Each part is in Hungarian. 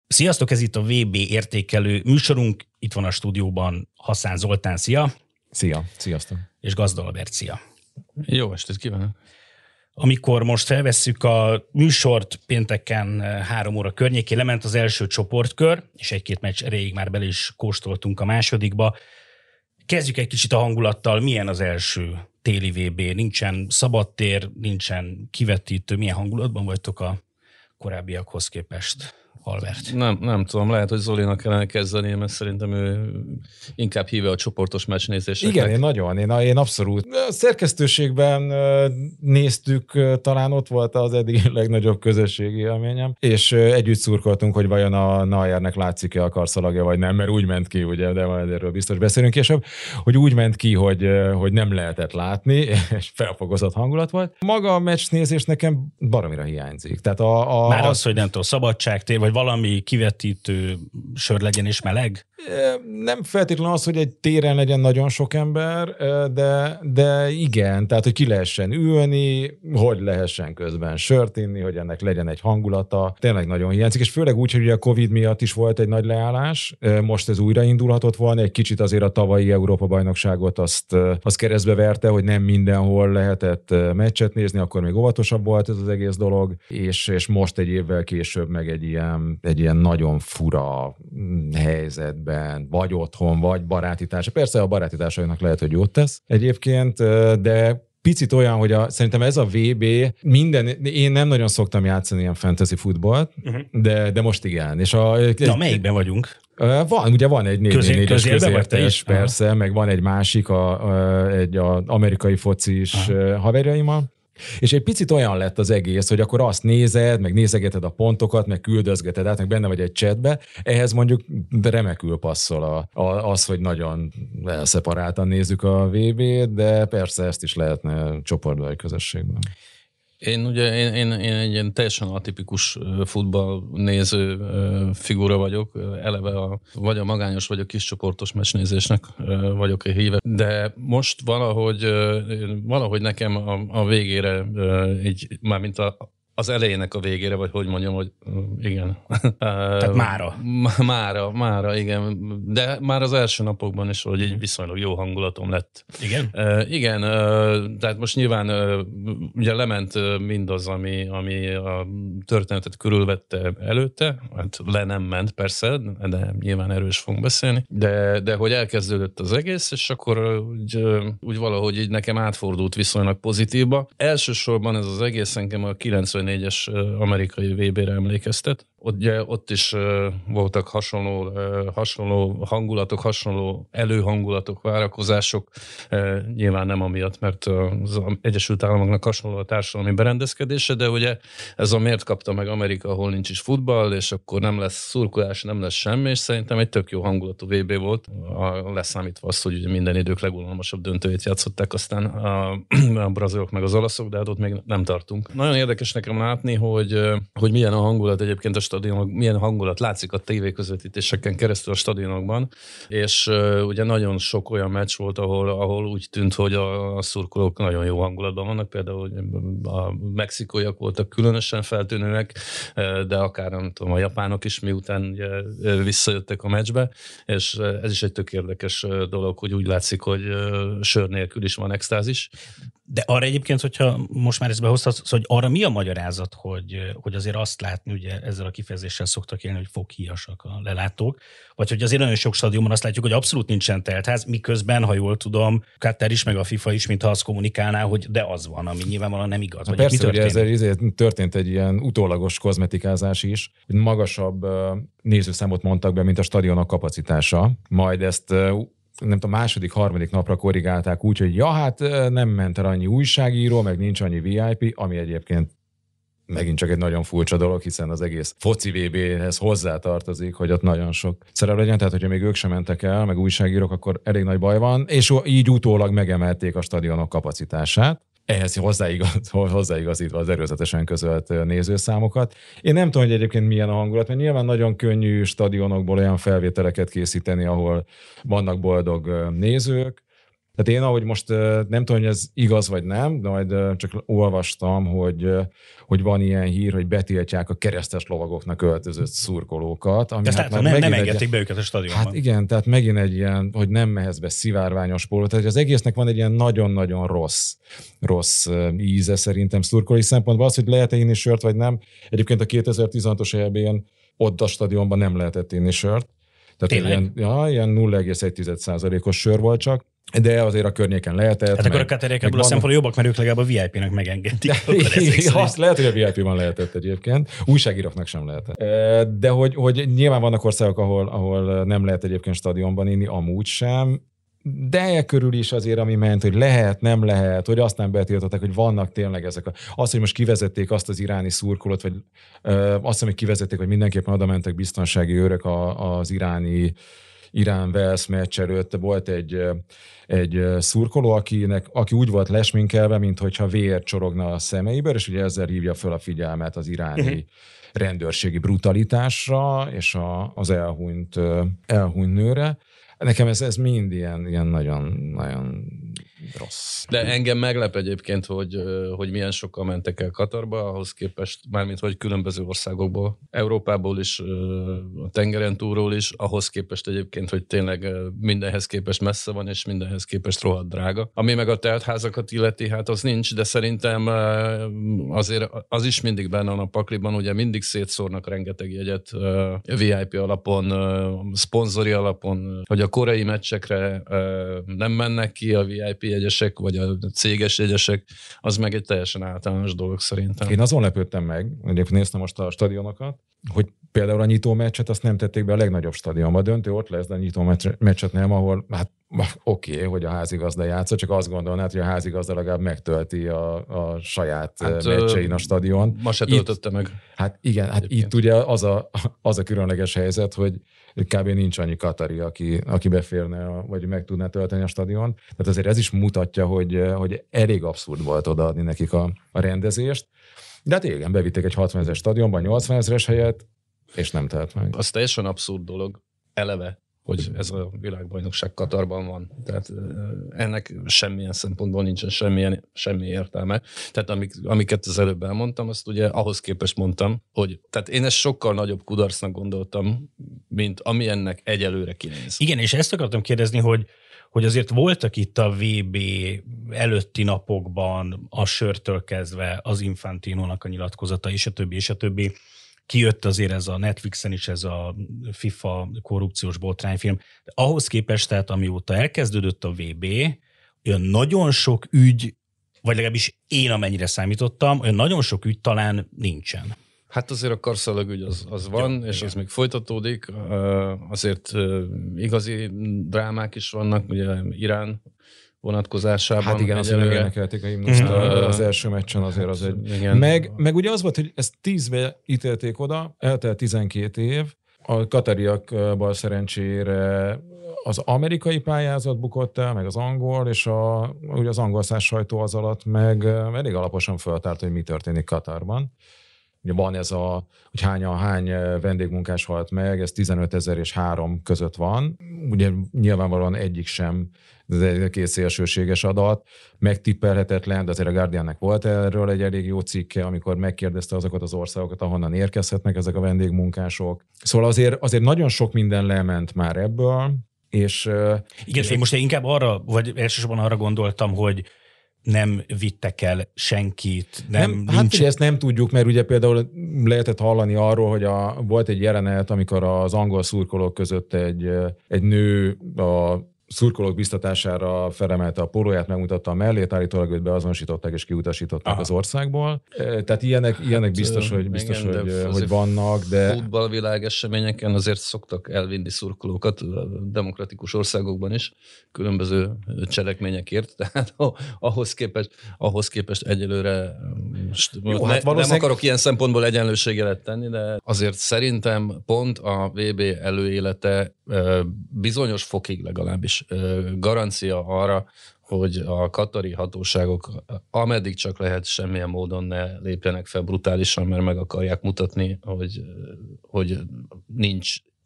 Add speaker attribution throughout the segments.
Speaker 1: Sziasztok, ez itt a VB értékelő műsorunk. Itt van a stúdióban Haszán Zoltán, szia!
Speaker 2: Szia, sziasztok!
Speaker 1: És Gazda Albert, szia!
Speaker 3: Jó estét kívánok!
Speaker 1: Amikor most felvesszük a műsort, pénteken 3 óra környékén lement az első csoportkör, és egy-két meccs erejéig már bele is kóstoltunk a másodikba. Kezdjük egy kicsit a hangulattal. Milyen az első téli VB? Nincsen szabadtér, nincsen kivetítő. Milyen hangulatban vagytok a korábbiakhoz képest? Albert.
Speaker 3: Nem tudom, lehet, hogy Zolinak kellene kezdeni, mert szerintem ő inkább híve a csoportos meccsnézéseknek.
Speaker 2: Igen, én abszolút. A szerkesztőségben néztük, talán ott volt az eddig legnagyobb közösségi élményem, és együtt szurkoltunk, hogy vajon a Neuernek látszik-e a karszalagja, vagy nem, mert úgy ment ki, ugye, de majd erről biztos beszélünk később, hogy úgy ment ki, hogy nem lehetett látni, és felfogozott hangulat volt. Maga a meccsnézés nekem baromira hiányzik. Tehát
Speaker 1: Már az, hogy nem tudom, szabadságtér, vagy valami kivetítő sör legyen és meleg?
Speaker 2: Nem feltétlenül az, hogy egy téren legyen nagyon sok ember, de igen, tehát, hogy ki lehessen ülni, hogy lehessen közben sört inni, hogy ennek legyen egy hangulata. Tényleg nagyon hiányzik, és főleg úgy, hogy a Covid miatt is volt egy nagy leállás. Most ez újraindulhatott volna, egy kicsit azért a tavalyi Európa-bajnokságot azt keresztbe verte, hogy nem mindenhol lehetett meccset nézni, akkor még óvatosabb volt ez az egész dolog, és most egy évvel később meg egy ilyen nagyon fura helyzetben, vagy otthon, vagy baráti társa. Persze a baráti társainak lehet, hogy jót tesz egyébként, de picit olyan, hogy szerintem ez a VB én nem nagyon szoktam játszani ilyen fantasy futballt, de most igen. És
Speaker 1: melyikben vagyunk?
Speaker 2: Van egy 4-4-es közértes, persze, meg van egy másik, egy amerikai focis haverjaimmal. És egy picit olyan lett az egész, hogy akkor azt nézed, meg nézegeted a pontokat, meg küldözgeted át, meg benne vagy egy chatbe. Ehhez mondjuk remekül passzol az, hogy nagyon elszeparáltan nézzük a VB-t, de persze ezt is lehetne csoportban vagy közösségben.
Speaker 3: Én egy ilyen teljesen atipikus futballnéző figura vagyok, eleve vagy a magányos, vagy a kiscsoportos meccsnézésnek vagyok a híve, de most valahogy nekem a végére, így mármint az elejének a végére, vagy hogy mondjam, hogy igen.
Speaker 1: Tehát
Speaker 3: Mára, igen. De már az első napokban is, hogy egy viszonylag jó hangulatom lett.
Speaker 1: Igen?
Speaker 3: Igen, tehát most nyilván ugye lement mindaz, ami a történetet körülvette előtte, hát le nem ment persze, de nyilván erről is fogunk beszélni, de hogy elkezdődött az egész, és akkor úgy valahogy így nekem átfordult viszonylag pozitívba. Elsősorban ez az egész engem a 94-es amerikai VB-re emlékeztet. Ott is voltak hasonló hangulatok, hasonló előhangulatok, várakozások. Nyilván nem amiatt, mert az Egyesült Államoknak hasonló a társadalmi berendezkedése, de ugye ez a miért kapta meg Amerika, ahol nincs is futball, és akkor nem lesz szurkolás, nem lesz semmi, és szerintem egy tök jó hangulatú VB volt, leszámítva azt, hogy ugye minden idők legunalmasabb döntőjét játszották aztán a brazilok meg az olaszok, de hát ott még nem tartunk. Nagyon érdekes nekem látni, hogy milyen a hangulat egyébként a stadionok, milyen hangulat látszik a tévéközvetítéseken keresztül a stadionokban, és ugye nagyon sok olyan meccs volt, ahol úgy tűnt, hogy a szurkolók nagyon jó hangulatban vannak, például a mexikóiak voltak különösen feltűnőek, de akár nem tudom, a japánok is miután ugye visszajöttek a meccsbe, és ez is egy tök érdekes dolog, hogy úgy látszik, hogy sör nélkül is van extázis.
Speaker 1: De arra egyébként, hogyha most már ezt behoztatsz, hogy arra mi a magyarázat, hogy azért azt látni, ugye ezzel a kifejezéssel szoktak élni, hogy foghíjasak a lelátók, vagy hogy azért nagyon sok stadionban azt látjuk, hogy abszolút nincsen teltház, miközben, ha jól tudom, Katar is, meg a FIFA is, mintha azt kommunikálná, hogy de az van, ami nyilvánvalóan nem igaz.
Speaker 2: Persze, hogy ezzel történt egy ilyen utólagos kozmetikázás is, hogy magasabb nézőszámot mondtak be, mint a stadionok kapacitása, majd ezt nem tudom, második, harmadik napra korrigálták úgy, hogy hát nem ment el annyi újságíró, meg nincs annyi VIP, ami egyébként megint csak egy nagyon furcsa dolog, hiszen az egész foci VB-hez hozzátartozik, hogy ott nagyon sok szerep legyen, tehát hogyha még ők sem mentek el, meg újságírók, akkor elég nagy baj van, és így utólag megemelték a stadionok kapacitását. Ehhez hozzáigazítva az erőzetesen közölt nézőszámokat. Én nem tudom, hogy egyébként milyen a hangulat, mert nyilván nagyon könnyű stadionokból olyan felvételeket készíteni, ahol vannak boldog nézők, Tehát én, ahogy most nem tudom, hogy ez igaz vagy nem, de majd csak olvastam, hogy van ilyen hír, hogy betiltják a keresztes lovagoknak öltözött szurkolókat. Ami
Speaker 1: hát nem engedték be őket a stadionban.
Speaker 2: Hát igen, tehát megint egy ilyen, hogy nem mehetsz be szivárványos póló. Tehát az egésznek van egy ilyen nagyon-nagyon rossz íze szerintem szurkolói szempontból. Az, hogy lehet-e inni sört vagy nem. Egyébként a 2016-os EB-n ott a stadionban nem lehetett inni sört. Tehát ilyen 0,1%-os sör volt csak, de azért a környéken lehetett.
Speaker 1: Hát akkor a katariek ebből a szempontból jobbak, mert ők legalább a VIP-nek megengedik.
Speaker 2: Azt lehet, hogy a VIP-ban lehetett egyébként. Újságíróknak sem lehetett. De hogy nyilván vannak országok, ahol nem lehet egyébként stadionban inni, amúgy sem. De körül is azért, ami ment, hogy lehet, nem lehet, hogy aztán betiltották, hogy vannak tényleg ezek azt, hogy most kivezették azt az iráni szurkolót, vagy azt, hogy kivezették, hogy mindenképpen oda mentek biztonsági őrök az Irán-Wales meccs előtt. Volt egy szurkoló, aki úgy volt lesminkelve, minthogyha vér csorogna a szemeiből, és ugye ezzel hívja föl a figyelmet az iráni rendőrségi brutalitásra, és az elhunyt nőre. Nekem ez mind ilyen nagyon rossz.
Speaker 3: De engem meglep egyébként, hogy milyen sokan mentek el Katarba, ahhoz képest, mármint hogy különböző országokból, Európából is, a tengeren túlról is, ahhoz képest egyébként, hogy tényleg mindenhez képest messze van, és mindenhez képest rohadt drága. Ami meg a teltházakat illeti, hát az nincs, de szerintem azért az is mindig benne van a pakliban, ugye mindig szétszórnak rengeteg jegyet VIP alapon, szponzori alapon, hogy a koreai meccsekre nem mennek ki a VIP jegyesek, vagy a céges jegyesek, az meg egy teljesen általános dolog szerintem.
Speaker 2: Én azon lepődtem meg, egyébként néztem most a stadionokat, hogy például a nyitó meccset azt nem tették be a legnagyobb stadionba. Döntő ott lesz, de a nyitó meccset nem, ahol hát oké, hogy a házigazda játszott, csak azt gondolnád, hogy a házigazda legalább megtölti a saját meccsein a stadion.
Speaker 3: Ma se töltötte meg.
Speaker 2: Hát igen, hát itt ugye az a különleges helyzet, hogy kb. Nincs annyi katari, aki beférne, vagy meg tudná tölteni a stadion. Tehát azért ez is mutatja, hogy elég abszurd volt odaadni nekik a rendezést. De hát igen, bevitték egy 60 000 stadionban 80 000-es helyet, és nem telt meg.
Speaker 3: Az teljesen abszurd dolog, eleve, hogy ez a világbajnokság Katarban van. Tehát ennek semmilyen szempontból nincsen semmi értelme. Tehát amiket az előbb elmondtam, azt ugye ahhoz képest mondtam, hogy tehát én ezt sokkal nagyobb kudarcnak gondoltam, mint ami ennek egyelőre kinéz.
Speaker 1: Igen, és ezt akartam kérdezni, hogy azért voltak itt a VB előtti napokban a sörtől kezdve az Infantinónak a nyilatkozata, és a többi. Kijött azért ez a Netflixen is ez a FIFA korrupciós botrányfilm. De ahhoz képest, tehát amióta elkezdődött a VB, olyan nagyon sok ügy, vagy legalábbis én amennyire számítottam, olyan nagyon sok ügy talán nincsen.
Speaker 3: Hát azért a karszalagügy az van, jó, és igen. Az még folytatódik. Azért igazi drámák is vannak, ugye Irán vonatkozásában.
Speaker 2: Hát igen, azért nem énekelték a himnuszt az első meccsen, azért az egy...
Speaker 3: Igen.
Speaker 2: Meg ugye az volt, hogy ezt 10-be ítélték oda, eltelt 12 év, a katariakban szerencsére az amerikai pályázat bukott el, meg az angol, és ugye az angol száz sajtó az alatt meg elég alaposan föltárt, hogy mi történik Katarban. Ugye van ez hogy hány vendégmunkás halt meg, ez 15 000 és 3 között van. Ugye nyilvánvalóan egyik sem, de két szélsőséges adat, megtippelhetetlen, de azért a Guardiannek volt erről egy elég jó cikke, amikor megkérdezte azokat az országokat, ahonnan érkezhetnek ezek a vendégmunkások. Szóval azért nagyon sok minden lement már ebből, és...
Speaker 1: Igen, én most inkább arra, vagy elsősorban arra gondoltam, hogy nem vittek el senkit.
Speaker 2: Hát ugye ezt nem tudjuk, mert ugye például lehetett hallani arról, hogy volt egy jelenet, amikor az angol szurkolók között egy nő a szurkolók biztatására felemelte a pólóját, megmutatta a mellét, állítólag őt beazonosították és kiutasították az országból. Tehát ilyenek biztos, hogy vannak, de...
Speaker 3: Futballvilág eseményeken azért szoktak elvinni szurkolókat demokratikus országokban is, különböző cselekményekért, tehát ahhoz képest egyelőre jó, nem akarok ilyen szempontból egyenlőségjelet tenni, de azért szerintem pont a VB előélete bizonyos fokig legalábbis garancia arra, hogy a katari hatóságok ameddig csak lehet semmilyen módon ne lépjenek fel brutálisan, mert meg akarják mutatni, hogy nincs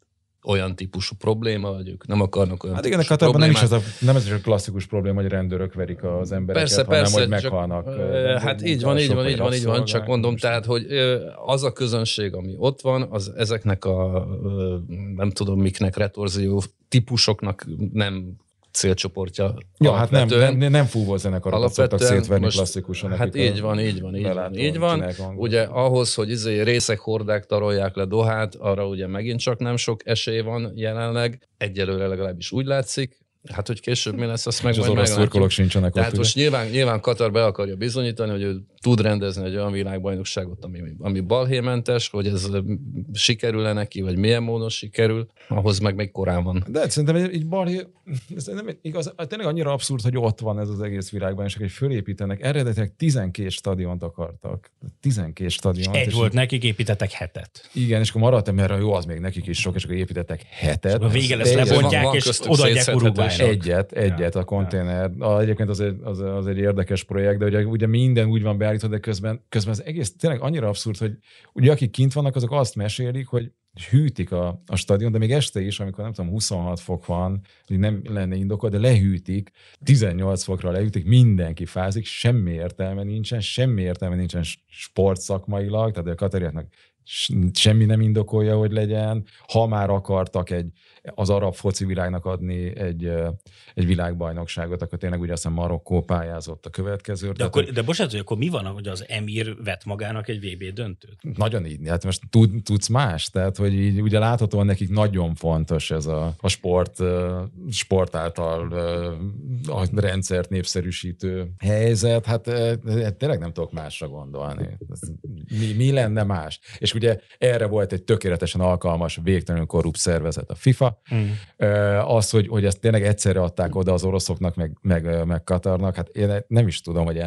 Speaker 3: olyan típusú probléma, vagy ők nem akarnak olyan
Speaker 2: hát igen,
Speaker 3: típusú
Speaker 2: Katarban
Speaker 3: problémát.
Speaker 2: nem ez is a klasszikus probléma, hogy rendőrök verik az embereket, hanem hogy meghalnak.
Speaker 3: Hát így van, csak mondom, tehát, hogy az a közönség, ami ott van, az ezeknek a nem tudom miknek, retorzió típusoknak nem célcsoportja.
Speaker 2: Ja, hát nem fúvó zenekarokat szoktak szétverni klasszikusan.
Speaker 3: Hát így van. Ugye ahhoz, hogy részek, hordák tarolják le Dohát, arra ugye megint csak nem sok esély van jelenleg. Egyelőre legalábbis úgy látszik. Hát, hogy később mi lesz, azt meg
Speaker 2: majd meglátjuk. Az orosz szurkolók sincsenek ott.
Speaker 3: Tehát most nyilván Katar be akarja bizonyítani, hogy ő tud rendezni egy olyan világbajnokságot, ami balhémentes, hogy ez sikerül-e neki, vagy milyen módon sikerül, ahhoz meg még korán van.
Speaker 2: De szerintem egy balhé, ez nem igaz, tényleg annyira abszurd, hogy ott van ez az egész világbajnokság, hogy fölépítenek. Eredetileg 12 stadiont akartak. 12 stadiont.
Speaker 1: Egy volt nekik, építettek 7-et.
Speaker 2: Igen, és akkor maradt, mert jó, az még nekik is sok, és akkor építettek 7-et.
Speaker 1: A vége lesz, lebontják, és odaadják Uruguaynak.
Speaker 2: Egyet a konténer. Egyébként az egy érdekes projekt, de ugye minden úgy van beállítva, de közben az egész tényleg annyira abszurd, hogy ugye akik kint vannak, azok azt mesélik, hogy hűtik a stadion, de még este is, amikor nem tudom, 26 fok van, hogy nem lenne indokol, de lehűtik, 18 fokra lehűtik, mindenki fázik, semmi értelme nincsen sportszakmailag, tehát a katariaknak semmi nem indokolja, hogy legyen. Ha már akartak az arab foci világnak adni egy világbajnokságot, akkor tényleg ugye aztán Marokkó pályázott a következő.
Speaker 1: De bocsánat, hogy akkor mi van, hogy az Emir vett magának egy VB döntőt?
Speaker 2: Nagyon így. Hát most tudsz más? Tehát, hogy így ugye láthatóan nekik nagyon fontos ez a sport által a rendszert népszerűsítő helyzet. Hát tényleg nem tudok másra gondolni. Mi lenne más? És ugye erre volt egy tökéletesen alkalmas, végtelenül korrupt szervezet, a FIFA. Az, hogy ezt tényleg egyszerre adták oda az oroszoknak, meg Katarnak, hát én nem is tudom, hogy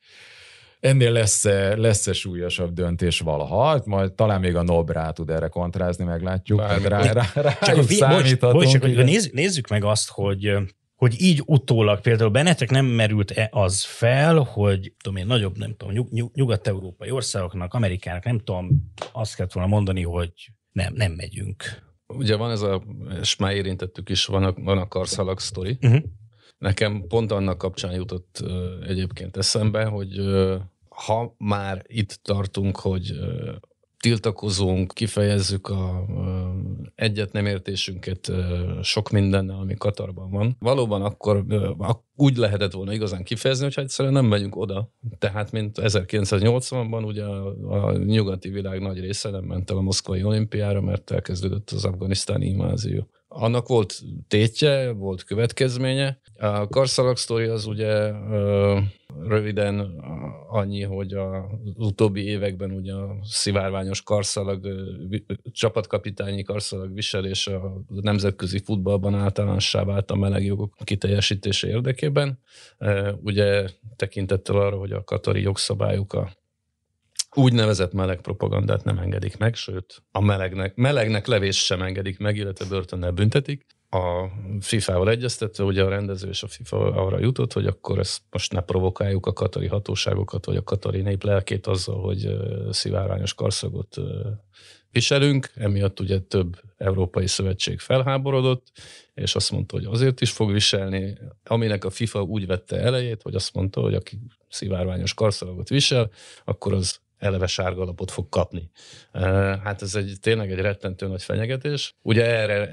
Speaker 2: ennél lesz-e súlyosabb döntés valaha, majd talán még a NOB rá tud erre kontrázni, meglátjuk. Rájuk számíthatunk.
Speaker 1: Nézzük meg azt, hogy így utólag például bennetek nem merült-e az fel, hogy tudom én, nagyobb, nem tudom, nyugat-európai országoknak, Amerikának, nem tudom, azt kellett volna mondani, hogy nem megyünk.
Speaker 3: Ugye van ez és már érintettük is, van a karszalag sztori. Uh-huh. Nekem pont annak kapcsán jutott egyébként eszembe, hogy ha már itt tartunk, hogy tiltakozunk, kifejezzük a egyet nem értésünket sok mindennel, ami Katarban van. Valóban akkor úgy lehetett volna igazán kifejezni, hogyha egyszerűen nem megyünk oda. Tehát, mint 1980-ban ugye a nyugati világ nagy része nem ment el a moszkvai olimpiára, mert elkezdődött az afganisztáni invázió. Annak volt tétje, volt következménye. A karszalag sztori az ugye röviden annyi, hogy az utóbbi években ugye a szivárványos karszalag, csapatkapitányi karszalag viselés a nemzetközi futballban általánossá vált a meleg jogok kiteljesítése érdekében. Ugye tekintettel arra, hogy a katari jogszabályok a úgynevezett meleg propagandát nem engedik meg, sőt, a melegnek levés sem engedik meg, illetve börtönnel büntetik. A FIFA-val egyeztetve, ugye a rendező és a FIFA arra jutott, hogy akkor ezt most ne provokáljuk a katari hatóságokat, vagy a katari nép lelkét azzal, hogy szivárványos karszagot viselünk. Emiatt ugye több európai szövetség felháborodott, és azt mondta, hogy azért is fog viselni, aminek a FIFA úgy vette elejét, hogy azt mondta, hogy aki szivárványos karszalagot visel, akkor az eleve sárga lapot fog kapni. Hát ez tényleg egy rettentő nagy fenyegetés. Ugye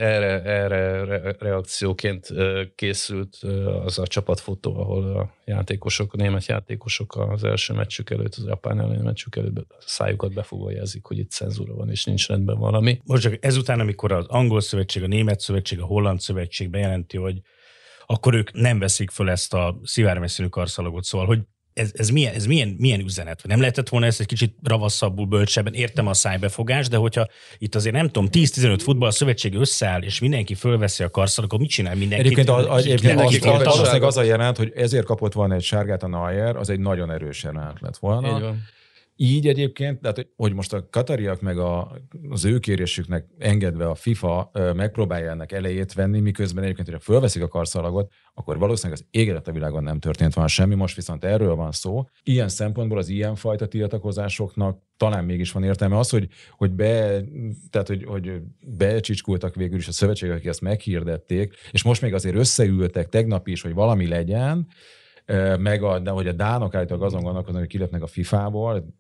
Speaker 3: erre reakcióként készült az a csapatfotó, ahol a német játékosok az első meccsük előtt, az japán elleni meccsük előtt a szájukat befogva jelzik, hogy itt cenzúra van, és nincs rendben valami.
Speaker 1: Most csak ezután, amikor az angol szövetség, a német szövetség, a holland szövetség bejelenti, hogy akkor ők nem veszik föl ezt a szivárványszínű karszalagot, szóval, hogy ez milyen üzenet? Nem lehetett volna ezt egy kicsit ravasszabbul, bölcsebben? Értem a szájbefogást, de hogyha itt azért nem tudom, 10-15 futball szövetség összeáll, és mindenki fölveszi a karszalagot, mit csinál mindenki?
Speaker 2: Egyébként az a jelent, hogy ezért kapott volna egy sárgát a Neuer, az egy nagyon erős jelent lett volna. Így egyébként, tehát hogy most a katariak meg az ő kérésüknek engedve a FIFA megpróbálja ennek elejét venni, miközben egyébként, hogyha fölveszik a karszalagot, akkor valószínűleg az égeret a világon nem történt volna semmi, most viszont erről van szó. Ilyen szempontból az ilyenfajta tiltakozásoknak talán mégis van értelme az, hogy becsicskultak végül is a szövetségek, akik ezt meghirdették, és most még azért összeültek tegnap is, hogy valami legyen, de hogy a dánok állítólag azon gondolkoznak, hogy kilépnek a FIFA-ból,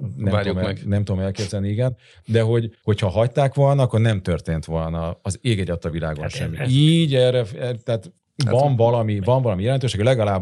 Speaker 2: nem tudom elképzelni, igen, de hogyha hagyták volna, akkor nem történt volna az ég egyatt a világon semmi. Így erre, tehát van valami jelentőség, legalább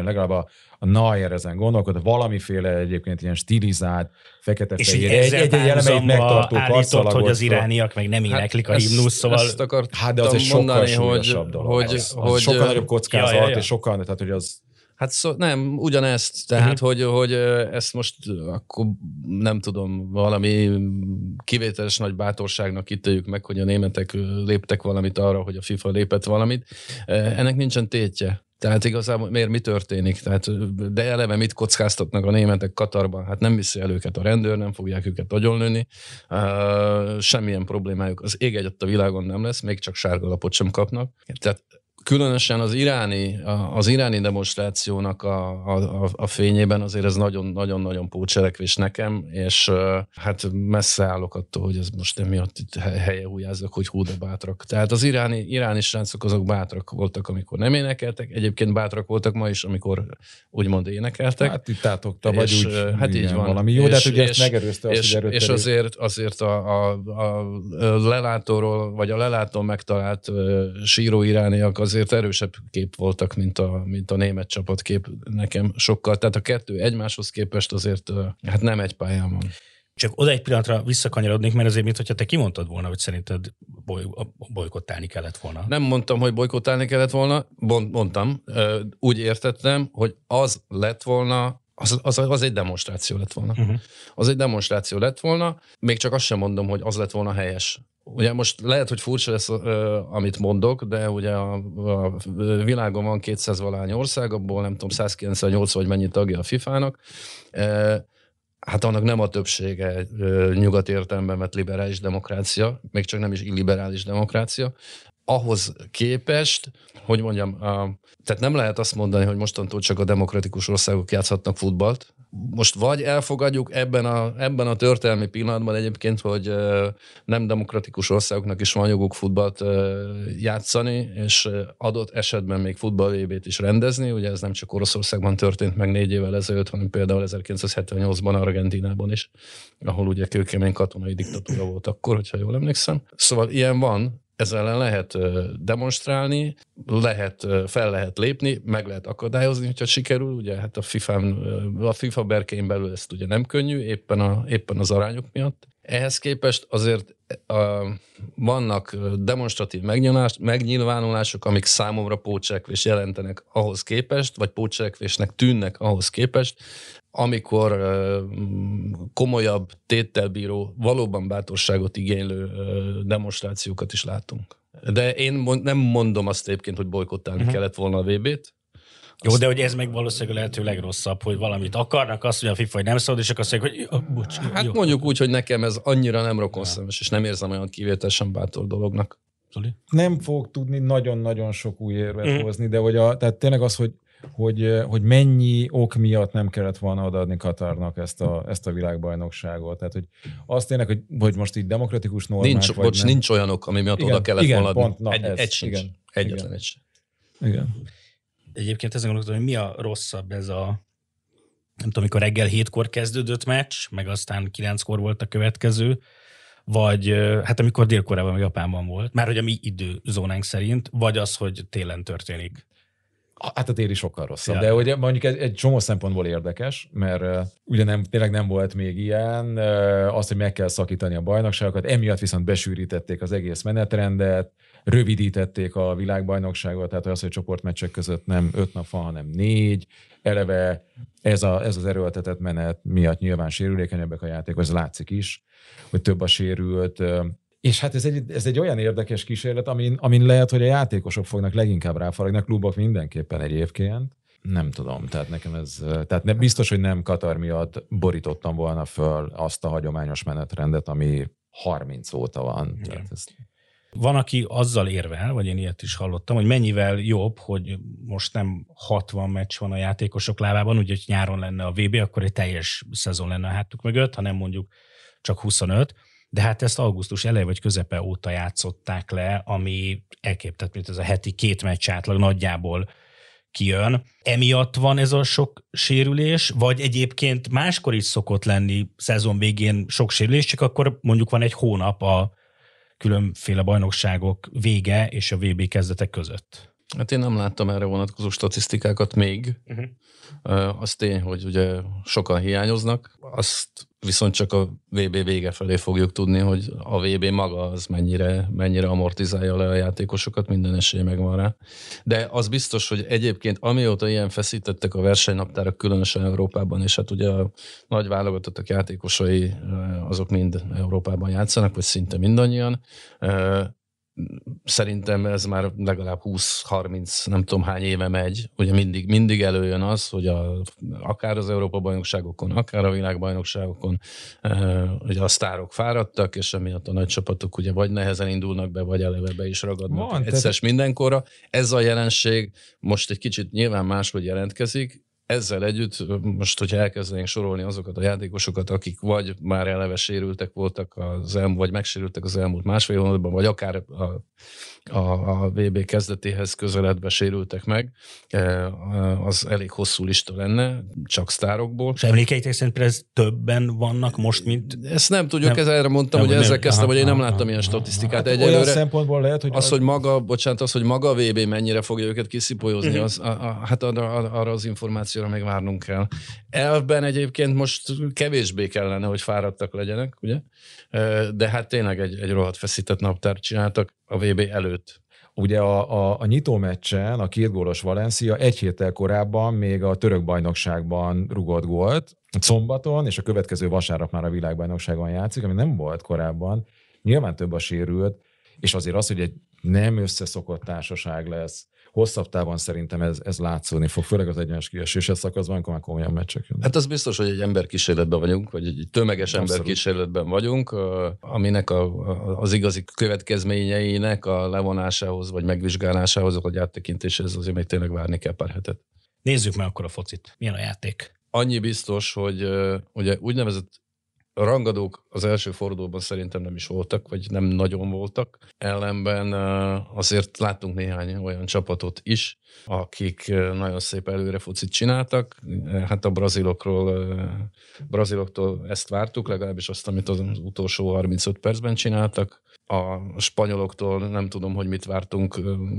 Speaker 2: a Neuer ezen gondolkod, valamiféle egyébként ilyen stilizált, fekete-fehér, egy elemeit megtartó karszalagot.
Speaker 1: Hogy az irániak meg nem éneklik a himnusz, szóval...
Speaker 2: De az egy sokkal súlyosabb dolog. Az sokkal nagyobb kockázat, és sokkal, tehát hogy az...
Speaker 3: Hát nem, ugyanezt, tehát hogy ezt most akkor nem tudom, valami kivételes nagy bátorságnak ítéljük meg, hogy a németek léptek valamit arra, hogy a FIFA lépett valamit. Ennek nincsen tétje. Tehát igazából miért mi történik? Tehát, de eleve mit kockáztatnak a németek Katarban? Hát nem viszi el őket a rendőr, nem fogják őket agyonlőni. Semmilyen problémájuk az ég egyatt a világon nem lesz, még csak sárga lapot sem kapnak. Tehát különösen az iráni demonstrációnak a fényében azért ez nagyon-nagyon pótcselekvés nekem, és hát messze állok attól, hogy ez most emiatt itt helye hújázzak, hogy hú de bátrak. Tehát az iráni srácok azok bátrak voltak, amikor nem énekeltek, egyébként bátrak voltak ma is, amikor úgymond énekeltek.
Speaker 2: Hát itt átokta, vagy úgy.
Speaker 3: Hát így van.
Speaker 2: Valami jó, de hát ugye ezt megerőzte azt, hogy
Speaker 3: és azért a lelátóról, vagy a lelátón megtalált síró irániak azért erősebb kép voltak, mint a német csapatkép nekem sokkal. Tehát a kettő egymáshoz képest azért hát nem egy pályán van.
Speaker 1: Csak oda egy pillanatra visszakanyarodnék, mert azért, mintha te kimondtad volna, hogy szerinted bojkottálni kellett volna.
Speaker 3: Nem mondtam, hogy bojkottálni kellett volna, mondtam, úgy értettem, hogy az lett volna, az egy demonstráció lett volna. Az egy demonstráció lett volna, még csak azt sem mondom, hogy az lett volna helyes. Ugye most lehet, hogy furcsa lesz, amit mondok, de ugye a világon van 200-valány ország, abból nem tudom, 198 vagy mennyi tagja a FIFA-nak. Hát annak nem a többsége nyugati értelemben vett liberális demokrácia, még csak nem is illiberális demokrácia. Ahhoz képest, hogy mondjam, tehát nem lehet azt mondani, hogy mostantól csak a demokratikus országok játszhatnak futballt. Most vagy elfogadjuk ebben a történelmi pillanatban egyébként, hogy nem demokratikus országoknak is van joguk futballt játszani, és adott esetben még futball-VB-t is rendezni. Ugye ez nem csak Oroszországban történt meg 4 évvel ezelőtt, hanem például 1978-ban Argentínában is, ahol ugye kőkemény katonai diktatúra volt akkor, hogyha jól emlékszem. Szóval ilyen van. Ezzel ellen lehet demonstrálni, fel lehet lépni, meg lehet akadályozni, hogyha sikerül. Ugye hát a FIFA berkein belül ezt ugye nem könnyű, éppen az arányok miatt. Ehhez képest azért vannak demonstratív megnyilvánulások, amik számomra pótcselekvés jelentenek ahhoz képest, vagy pótcselekvésnek tűnnek ahhoz képest, amikor komolyabb téttel bíró, valóban bátorságot igénylő demonstrációkat is látunk. De én nem mondom azt egyébként, hogy bojkottálni kellett volna a VB-t.
Speaker 1: Jó, de hogy ez meg valószínűleg a lehető legrosszabb, hogy valamit akarnak, azt mondja a FIFA, hogy nem szabad, és akkor azt mondják, hogy bocs.
Speaker 3: Hát jó. Mondjuk úgy, hogy nekem ez annyira nem rokonszenves, és nem érzem olyan kivételesen bátor dolognak.
Speaker 2: Nem fog tudni nagyon-nagyon sok új érvet hozni, de tehát tényleg az, hogy mennyi ok miatt nem kellett volna odaadni Katarnak ezt a világbajnokságot. Tehát, hogy azt tényleg, hogy most így demokratikus normák
Speaker 3: nincs olyan ok, ami miatt oda kellett volna adni.
Speaker 2: Pont,
Speaker 3: egy sincs.
Speaker 2: Igen.
Speaker 3: Egyetlen egy.
Speaker 2: Igen.
Speaker 1: Egyébként ezen gondoltam, hogy mi a rosszabb ez a, nem tudom, amikor reggel 7-kor kezdődött meccs, meg aztán 9-kor volt a következő, vagy hát amikor Dél-Koreában, meg Japánban volt, már hogy a mi időzónánk szerint, vagy az, hogy télen történik.
Speaker 2: Hát a téli sokkal rosszabb, de ugye mondjuk egy csomó szempontból érdekes, mert ugye tényleg nem volt még ilyen, az, hogy meg kell szakítani a bajnokságokat, emiatt viszont besűrítették az egész menetrendet, rövidítették a világbajnokságot, tehát az, hogy csoportmeccsek között nem 5 nap van, hanem 4, eleve ez az erőltetett menet miatt nyilván sérülékenyebbek a játékok, ez látszik is, hogy több a sérült. És hát ez egy olyan érdekes kísérlet, amin lehet, hogy a játékosok fognak leginkább ráfaragni, a klubok mindenképpen egyébként. Nem tudom, tehát nekem ez, tehát nem, biztos, hogy nem Katar miatt borítottam volna föl azt a hagyományos menetrendet, ami 30 óta van. Tehát ez...
Speaker 1: Van, aki azzal érvel, vagy én ilyet is hallottam, hogy mennyivel jobb, hogy most nem 60 meccs van a játékosok lábában, ugye, hogy nyáron lenne a VB, akkor egy teljes szezon lenne a hátuk mögött, hanem mondjuk csak 25, de hát ezt augusztus eleje vagy közepe óta játszották le, ami elképtett, mint ez a heti 2 meccs átlag nagyjából kijön. Emiatt van ez a sok sérülés, vagy egyébként máskor is szokott lenni szezon végén sok sérülés, csak akkor mondjuk van egy hónap a különféle bajnokságok vége és a VB kezdetek között.
Speaker 3: Hát én nem láttam erre vonatkozó statisztikákat még. Az tény, hogy ugye sokan hiányoznak, azt viszont csak a VB vége felé fogjuk tudni, hogy a VB maga az mennyire amortizálja le a játékosokat, minden esély megvan rá. De az biztos, hogy egyébként amióta ilyen feszítettek a versenynaptárak, különösen Európában, és hát ugye a nagy válogatottak játékosai azok mind Európában játszanak, vagy szinte mindannyian, szerintem ez már legalább 20-30, nem tudom hány éve megy. Ugye mindig előjön az, hogy akár az Európa-bajnokságokon, akár a világbajnokságokon ugye a sztárok fáradtak, és emiatt a nagy csapatok ugye vagy nehezen indulnak be, vagy eleve be is ragadnak egyszer mindenkorra. Ez a jelenség most egy kicsit nyilván máshogy jelentkezik. Ezzel együtt most, hogyha elkezdenénk sorolni azokat a játékosokat, akik vagy már eleve sérültek voltak, vagy megsérültek az elmúlt másfél hónapban, vagy akár a VB kezdetéhez közeledve sérültek meg, az elég hosszú lista lenne, csak sztárokból.
Speaker 1: És emlékeitek szerint ez többen vannak most, mint...
Speaker 3: Ezt nem tudjuk, erre mondtam, hogy ezzel kezdtem, hogy én nem láttam ilyen statisztikát egyelőre.
Speaker 2: Olyan szempontból lehet, hogy...
Speaker 3: Az, hogy maga a VB mennyire fogja őket kiszipolyozni, hát arra az információra még várnunk kell. Elvben egyébként most kevésbé kellene, hogy fáradtak legyenek, ugye? De hát tényleg egy rohadt feszített naptárt csináltak a VB előtt.
Speaker 2: Ugye a nyitó meccsen a 2 gólos Valencia egy héttel korábban még a török bajnokságban rugott gólt, szombaton, és a következő vasárnap már a világbajnokságon játszik, ami nem volt korábban. Nyilván több a sérült, és azért az, hogy egy nem összeszokott társaság lesz, hosszabb távon szerintem ez látszódni fog, főleg az egyenes kieséses szakaszban, amikor már komolyan meccsek jönnek.
Speaker 3: Hát az biztos, hogy egy emberkísérletben vagyunk, vagy egy tömeges emberkísérletben vagyunk, aminek az igazi következményeinek a levonásához, vagy megvizsgálásához, vagy áttekintéshez azért még tényleg várni kell pár hetet.
Speaker 1: Nézzük meg akkor a focit. Milyen a játék?
Speaker 3: Annyi biztos, hogy ugye úgynevezett rangadók az első fordulóban szerintem nem is voltak, vagy nem nagyon voltak. Ellenben azért láttunk néhány olyan csapatot is, akik nagyon szép előre focit csináltak. Hát a braziloktól ezt vártuk, legalábbis azt, amit az utolsó 35 percben csináltak. A spanyoloktól nem tudom, hogy mit vártunk,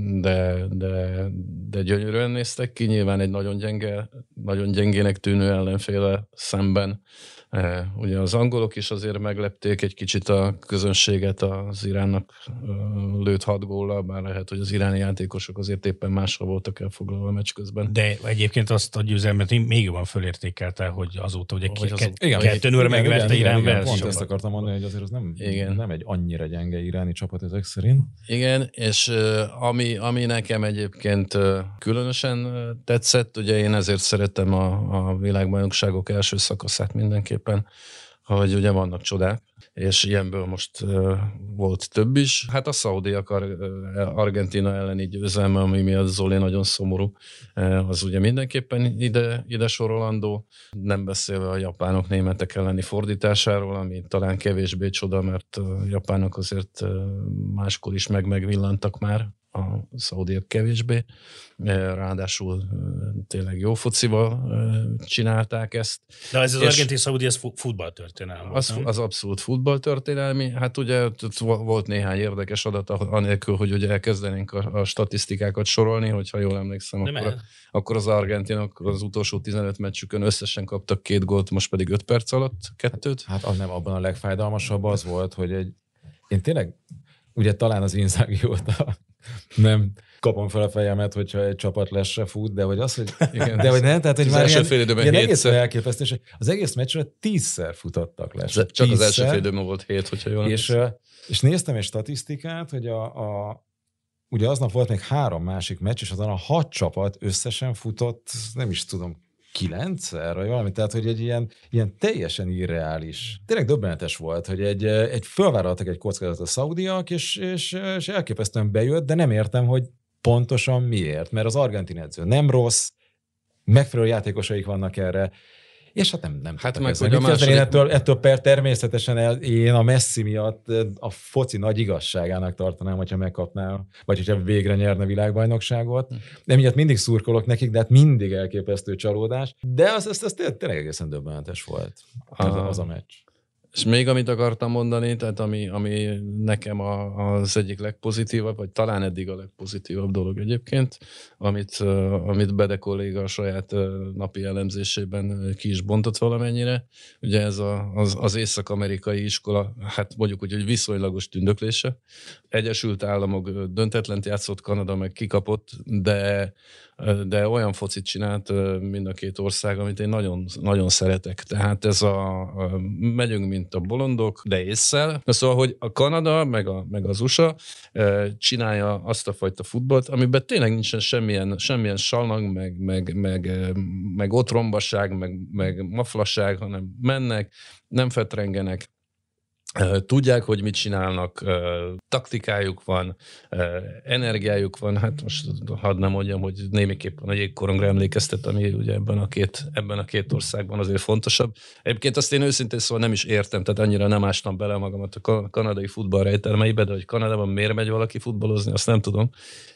Speaker 3: de gyönyörűen néztek ki. Nyilván egy nagyon gyengének tűnő ellenféle szemben. Ugye az angolok is azért meglepték egy kicsit a közönséget az Iránnak lőtt 6 góllal, bár lehet, hogy az iráni játékosok azért éppen másra voltak elfoglalva a meccs közben.
Speaker 1: De egyébként azt a győzelmet még jobban fölértékelte, hogy azóta ugye 2-0 megverte Irán Velsz.
Speaker 2: Pont ezt akartam mondani, hogy azért az nem egy annyira gyenge iráni csapat ezek szerint.
Speaker 3: Igen, és ami nekem egyébként különösen tetszett, ugye én ezért szeretem a világbajnokságok első szakaszát mindenképpen, hogy ugye vannak csodák, és ilyenből most volt több is. Hát a szaudiak Argentína elleni győzelme, ami miatt Zoli nagyon szomorú, az ugye mindenképpen ide sorolandó. Nem beszélve a japánok németek elleni fordításáról, ami talán kevésbé csoda, mert a japánok azért máskor is megvillantak már, a szaudiak kevésbé. Ráadásul tényleg jó focival csinálták ezt.
Speaker 1: De ez az argentin-szaudi, ez futballtörténelmi.
Speaker 3: Az abszolút futballtörténelmi. Hát ugye volt néhány érdekes adat, anélkül, hogy ugye elkezdenénk a statisztikákat sorolni, hogyha jól emlékszem, akkor az argentinok az utolsó 15 meccsükön összesen kaptak 2 gólt, most pedig 5 perc alatt 2-t.
Speaker 2: Hát az nem, abban a legfájdalmasabb az volt, hogy én tényleg, ugye talán az Inzaghi óta nem kapom fel a fejemet, hogyha egy csapat lesre fut, de vagy az, hogy... Igen, de vagy nem, tehát hogy már ilyen egészen elképesztő, és az egész meccsre 10-szer futottak lesre.
Speaker 3: Csak 10-szer. Az első fél időben volt 7, hogyha jól
Speaker 2: és néztem egy statisztikát, hogy ugye aznap volt még 3 másik meccs, és azon a 6 csapat összesen futott, nem is tudom, 9-szer, vagy valami, tehát hogy egy ilyen teljesen irreális. Tényleg döbbenetes volt, hogy egy fölvállaltak egy kockázatot a szaudiak, és elképesztően bejött, de nem értem, hogy pontosan miért, mert az argentin edző nem rossz, megfelelő játékosaik vannak erre, és hát nem
Speaker 3: hát
Speaker 2: meg,
Speaker 3: hogy a második...
Speaker 2: ettől természetesen én a Messi miatt a foci nagy igazságának tartanám, hogyha megkapná, vagy hogyha végre nyerne világbajnokságot. Emiatt mindig szurkolok nekik, de hát mindig elképesztő csalódás. De az tényleg egészen döbbenetes volt az a meccs.
Speaker 3: És még amit akartam mondani, tehát ami nekem az egyik legpozitívabb, vagy talán eddig a legpozitívabb dolog egyébként, amit Bede kolléga a saját napi elemzésében ki is bontott valamennyire. Ugye ez az észak-amerikai iskola, hát mondjuk úgy, hogy viszonylagos tündöklése. Egyesült Államok döntetlent játszott, Kanada meg kikapott, de olyan focit csinált mind a két ország, amit én nagyon, nagyon szeretek. Tehát ez megyünk, mint a bolondok, de ésszel. Szóval, hogy a Kanada, meg az USA csinálja azt a fajta futballt, amiben tényleg nincsen semmilyen sallang, meg otrombaság, meg maflasság, hanem mennek, nem fetrengenek, tudják, hogy mit csinálnak, taktikájuk van, energiájuk van, hát most hadd nem mondjam, hogy némiképpen a jégkorongra emlékeztet, ami ugye ebben a két országban azért fontosabb. Egyébként azt én őszintén szóval nem is értem, tehát annyira nem ástam bele magamat a kanadai futball rejtelmeibe, de hogy Kanadában miért megy valaki futballozni, azt nem tudom.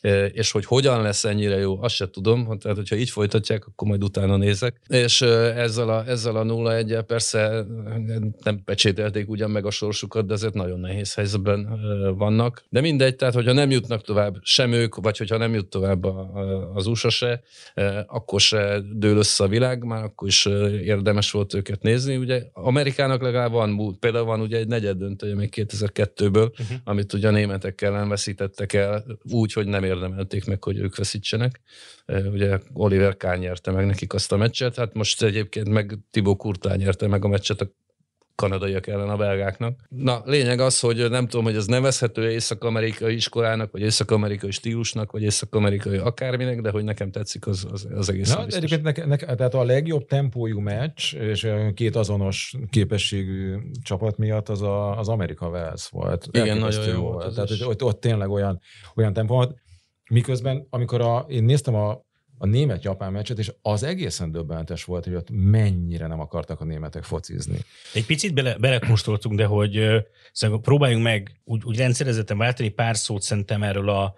Speaker 3: És hogy hogyan lesz ennyire jó, azt se tudom, tehát hogyha így folytatják, akkor majd utána nézek. És ezzel a 0-1-el persze nem pecsételték ugyan meg a sorsukat, de azért nagyon nehéz helyzetben vannak. De mindegy, tehát hogyha nem jutnak tovább sem ők, vagy hogyha nem jut tovább az USA se, akkor se dől össze a világ, már akkor is érdemes volt őket nézni. Ugye Amerikának legalább van, például van ugye egy negyeddöntője még 2002-ből, amit ugye a németekkel ellen veszítettek el, úgy, hogy nem érdemelték meg, hogy ők veszítsenek. Ugye Oliver Kahn nyerte meg nekik azt a meccset, hát most egyébként meg Thibaut Courtois nyerte meg a meccset a kanadaiak ellen a belgáknak. Na, lényeg az, hogy nem tudom, hogy ez nevezhető észak-amerikai iskolának, vagy észak-amerikai stílusnak, vagy észak-amerikai akárminek, de hogy nekem tetszik, az egészen biztos.
Speaker 2: Egyébként tehát a legjobb tempójú meccs, és két azonos képességű csapat miatt az Amerika-Wales volt.
Speaker 3: Igen, nagyon jó volt.
Speaker 2: Tehát ott tényleg olyan tempó volt. Miközben, amikor én néztem a német-japán meccset, és az egészen döbbenetes volt, hogy ott mennyire nem akartak a németek focizni.
Speaker 1: Egy picit belekóstoltunk, de hogy próbáljunk meg úgy rendszerezetten váltani pár szót szerintem erről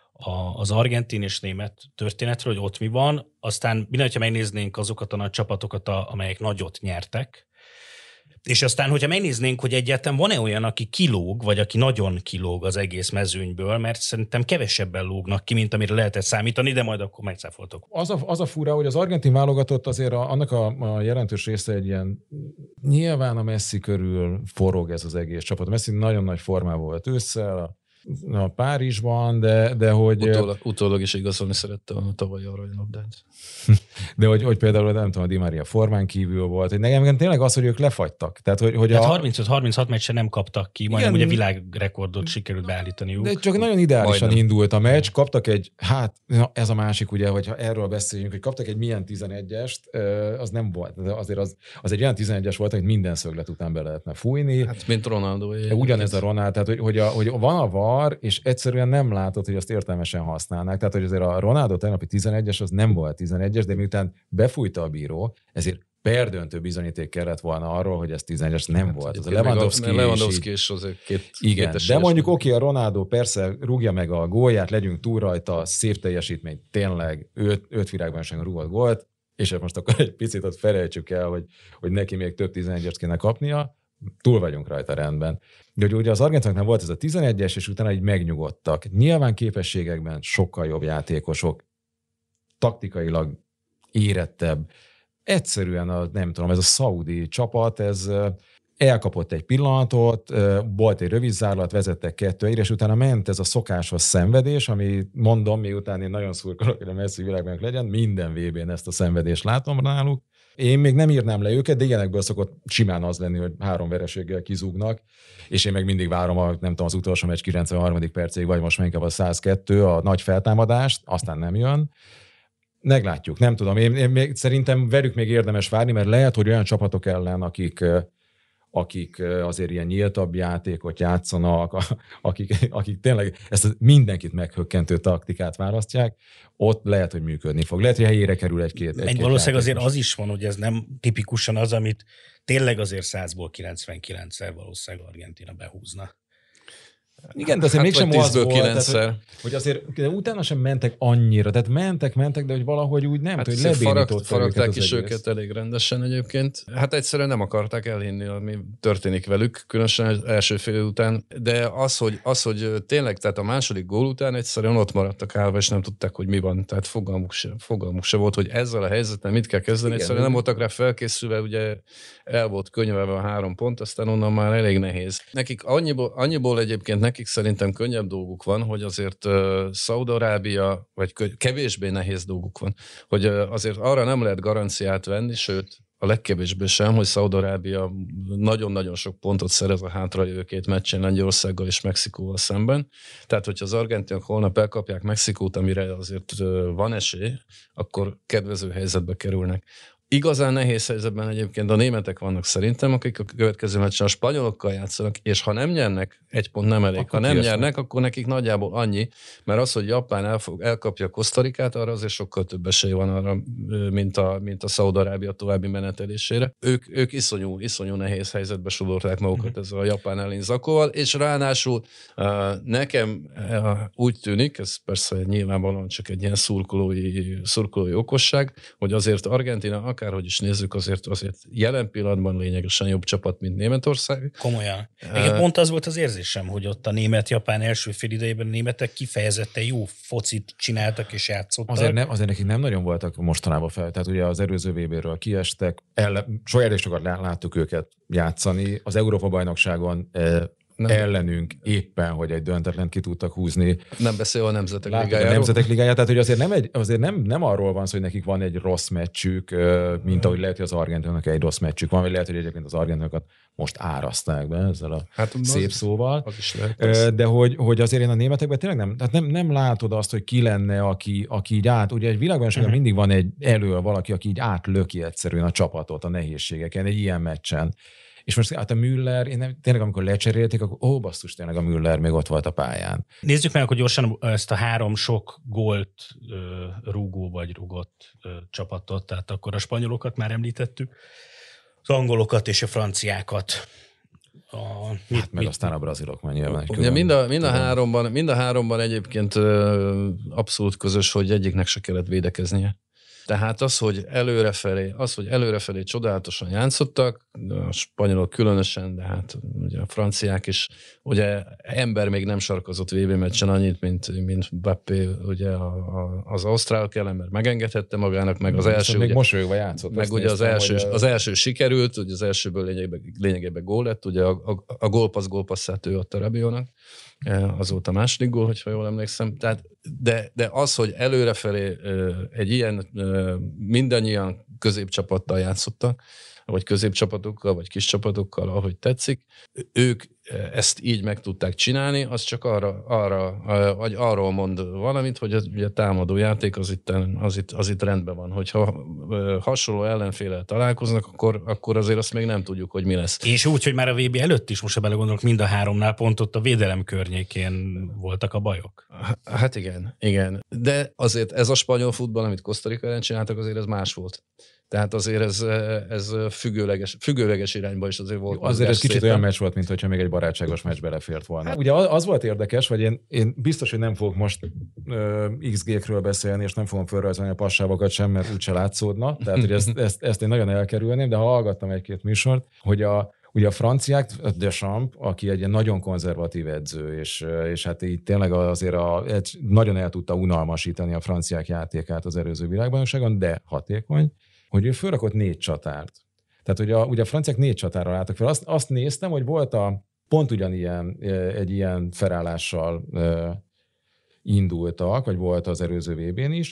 Speaker 1: az argentin és német történetről, hogy ott mi van, aztán minden, hogyha megnéznénk azokat a nagy csapatokat, amelyek nagyot nyertek, és aztán, hogyha megnéznénk, hogy egyáltalán van-e olyan, aki kilóg, vagy aki nagyon kilóg az egész mezőnyből, mert szerintem kevesebben lógnak ki, mint amire lehetett számítani, de majd akkor megcáfoltok.
Speaker 2: Az a fura, hogy az argentin válogatott azért annak a jelentős része egy ilyen, nyilván a Messi körül forog ez az egész csapat. A Messi nagyon nagy formában volt ősszel, a Párizsban, de hogy...
Speaker 3: Utólag is igazolni szerette a tavalyi aranylabdát.
Speaker 2: De hogy például nem tudom, a Di Maria formán kívül volt, hogy nekem tényleg az, hogy ők lefagytak. Tehát, hogy
Speaker 1: hát 35-36 meccsen nem kaptak ki, majdnem ugye világrekordot sikerült beállítaniuk.
Speaker 2: De csak nagyon ideálisan indult a meccs, kaptak ez a másik ugye, hogyha erről beszéljünk, hogy kaptak egy milyen 11-est, az nem volt. De azért az egy olyan 11-es volt, amit minden szöglet után be lehetne fújni.
Speaker 3: Hát mint Ronaldo.
Speaker 2: Ugyanez a Ronaldo, tehát hogy van a VAR, és egyszerűen nem látod, hogy azt értelmesen használnák. Tehát, hogy azért a Ronaldo tegnapi 11-es az nem volt 11-es, de miután befújta a bíró, ezért perdöntő bizonyíték kellett volna arról, hogy ez 11-es nem volt. Az a
Speaker 3: Lewandowski és azért
Speaker 2: két de mondjuk a Ronaldo persze rúgja meg a gólját, legyünk túl rajta, szép teljesítmény, tényleg 5 virágban rúgott gólt, és most akkor egy picit ott felejtsük el, hogy neki még több 11-est kéne kapnia, túl vagyunk rajta, rendben. De ugye az argentinoknál volt ez a 11-es, és utána így megnyugodtak. Nyilván képességekben sokkal jobb játékosok, taktikailag érettebb. Egyszerűen nem tudom, ez a szaudi csapat, ez elkapott egy pillanatot, volt egy rövid zárlat, vezettek 2-1, és utána ment ez a szokásos szenvedés, ami mondom, miután én nagyon szurkolok, hogy a Messi világban legyen, minden VB-n ezt a szenvedést látom náluk, Én még nem írnám le őket, de ilyenekből szokott simán az lenni, hogy 3 vereséggel kizúgnak, és én meg mindig várom nem tudom, az utolsó meccs 93. percig, vagy most inkább a 102, a nagy feltámadást, aztán nem jön. Meglátjuk, nem tudom. Én még, szerintem velük még érdemes várni, mert lehet, hogy olyan csapatok ellen, akik azért ilyen nyíltabb játékot játszanak, akik tényleg ezt mindenkit meghökkentő taktikát választják, ott lehet, hogy működni fog. Lehet, hogy helyére kerül egy-két
Speaker 1: valószínűleg azért az is van, hogy ez nem tipikusan az, amit tényleg azért 100-ból 99-szer valószínűleg Argentína behúzna.
Speaker 2: Igen, de azért mégsem az volt,
Speaker 3: tehát,
Speaker 2: hogy azért utána sem mentek annyira, tehát mentek, de hogy valahogy úgy nem,
Speaker 3: hát
Speaker 2: hogy lebénították
Speaker 3: faragták is őket elég rendesen egyébként. Hát egyszerűen nem akarták elhinni, ami történik velük, különösen az első fél után, de az, hogy tényleg, tehát a második gól után egyszerűen ott maradtak állva, és nem tudták, hogy mi van, tehát fogalmuk se volt, hogy ezzel a helyzettel mit kell kezdeni, igen, egyszerűen nem voltak rá felkészülve, ugye el volt könyvelve a 3 pont, aztán onnan már elég nehéz. Nekik annyiból egyébként nekik szerintem könnyebb dolguk van, hogy azért Szaúd-Arábia, vagy kevésbé nehéz dolguk van, hogy azért arra nem lehet garanciát venni, sőt, a legkevésbé sem, hogy Szaúd-Arábia nagyon-nagyon sok pontot szerez a hátralévő 2 meccsen Lengyelországgal és Mexikóval szemben. Tehát, hogyha az argentinok holnap elkapják Mexikót, amire azért van esély, akkor kedvező helyzetbe kerülnek. Igazán nehéz helyzetben egyébként a németek vannak szerintem, akik a következő meccsen a spanyolokkal játszanak, és ha nem nyernek, 1 pont nem elég. Akkor ha nem nyernek, akkor nekik nagyjából annyi, mert az, hogy Japán elkapja Kosztarikát, arra azért sokkal több esély van arra, mint a Szaúd-Arábia további menetelésére. Ők iszonyú nehéz helyzetbe sodorták magukat ezzel a japán elleni zakóval, és ráadásul nekem úgy tűnik, ez persze nyilvánvalóan csak egy ilyen szurkolói okosság, hogy azért Argentína akárhogy is nézzük, azért jelen pillanatban lényegesen jobb csapat, mint Németország.
Speaker 1: Komolyan. Egyébként pont az volt az érzésem, hogy ott a német-japán első fél idejében a németek kifejezetten jó focit csináltak és játszottak.
Speaker 2: Azért nekik nem nagyon voltak mostanában fel. Tehát ugye az előző VB-ről kiestek, elég sokat láttuk őket játszani. Az Európa-bajnokságon ellenünk éppen, hogy egy döntetlent ki tudtak húzni.
Speaker 3: Nem beszél a Nemzetek Ligájáról.
Speaker 2: A Nemzetek Ligájáról, tehát hogy azért nem arról van szó, hogy nekik van egy rossz meccsük, mint ahogy lehet, hogy az argentinoknak egy rossz meccsük van, vagy lehet, hogy egyébként az argentinokat most áraszták be ezzel a szép szóval.
Speaker 3: Az is lehet,
Speaker 2: de hogy azért én a németekben tényleg nem látod azt, hogy ki lenne, aki így ugye egy világbajnokságon mindig van valaki, aki így átlöki egyszerűen a csapatot a nehézségeken, egy ilyen meccsen. És most hát a Müller, tényleg amikor lecserélték, akkor basszus, tényleg a Müller még ott volt a pályán.
Speaker 1: Nézzük meg akkor gyorsan ezt a 3 sok gólt rúgó vagy rúgott csapatot, tehát akkor a spanyolokat már említettük, az angolokat és a franciákat.
Speaker 2: Aztán a brazilok már nyilván.
Speaker 3: Ugye mind a háromban egyébként abszolút közös, hogy egyiknek se kellett védekeznie. Tehát az, hogy előrefelé csodálatosan játszottak, a spanyolok különösen, de hát ugye a franciák is, ugye ember még nem sarkozott VB meccsen annyit, mint Mbappé ugye az ausztrálok ellen, mert megengedhette magának, meg az első...
Speaker 2: Még mosolyogva játszott.
Speaker 3: Meg ugye az első sikerült, ugye az elsőből lényegében gól lett, ugye a gólpasszát ő adta Rabiónak, az volt a második gól, hogyha jól emlékszem. Tehát, de az, hogy előrefelé egy ilyen mindannyian középcsapattal játszottak, vagy középcsapatokkal, vagy kis csapatokkal, ahogy tetszik, ők ezt így meg tudták csinálni, az csak arról mond valamit, hogy a támadó játék az itt rendben van. Hogyha hasonló ellenféllel találkoznak, akkor azért azt még nem tudjuk, hogy mi lesz.
Speaker 1: És úgy, hogy már a VB előtt is, most ha belegondolok, mind a 3-nál pont ott a védelem környékén voltak a bajok.
Speaker 3: Hát igen. De azért ez a spanyol futball, amit Kosztarika ellen csináltak, azért ez más volt. Tehát azért ez függőleges irányba is azért volt.
Speaker 2: Azért ez kicsit olyan meccs volt, mint hogyha még egy barátságos meccs belefért volna. Hát, ugye az volt érdekes, hogy én biztos, hogy nem fogok most XG-kről beszélni, és nem fogom felrajzolni a passávokat sem, mert úgyse látszódna. Tehát, hogy ezt én nagyon elkerülném, de ha hallgattam egy-két műsort, hogy ugye a franciák, Deschamps, aki egy ilyen nagyon konzervatív edző, és hát így tényleg azért nagyon el tudta unalmasítani a franciák játékát az előző világbajnokságon, de hatékony, hogy ő fölrakott 4 csatárt. Tehát ugye a franciák 4 csatárral álltak fel. Azt néztem, hogy volt pont ugyanilyen, egy ilyen felállással indultak, vagy volt az előző VB-n is,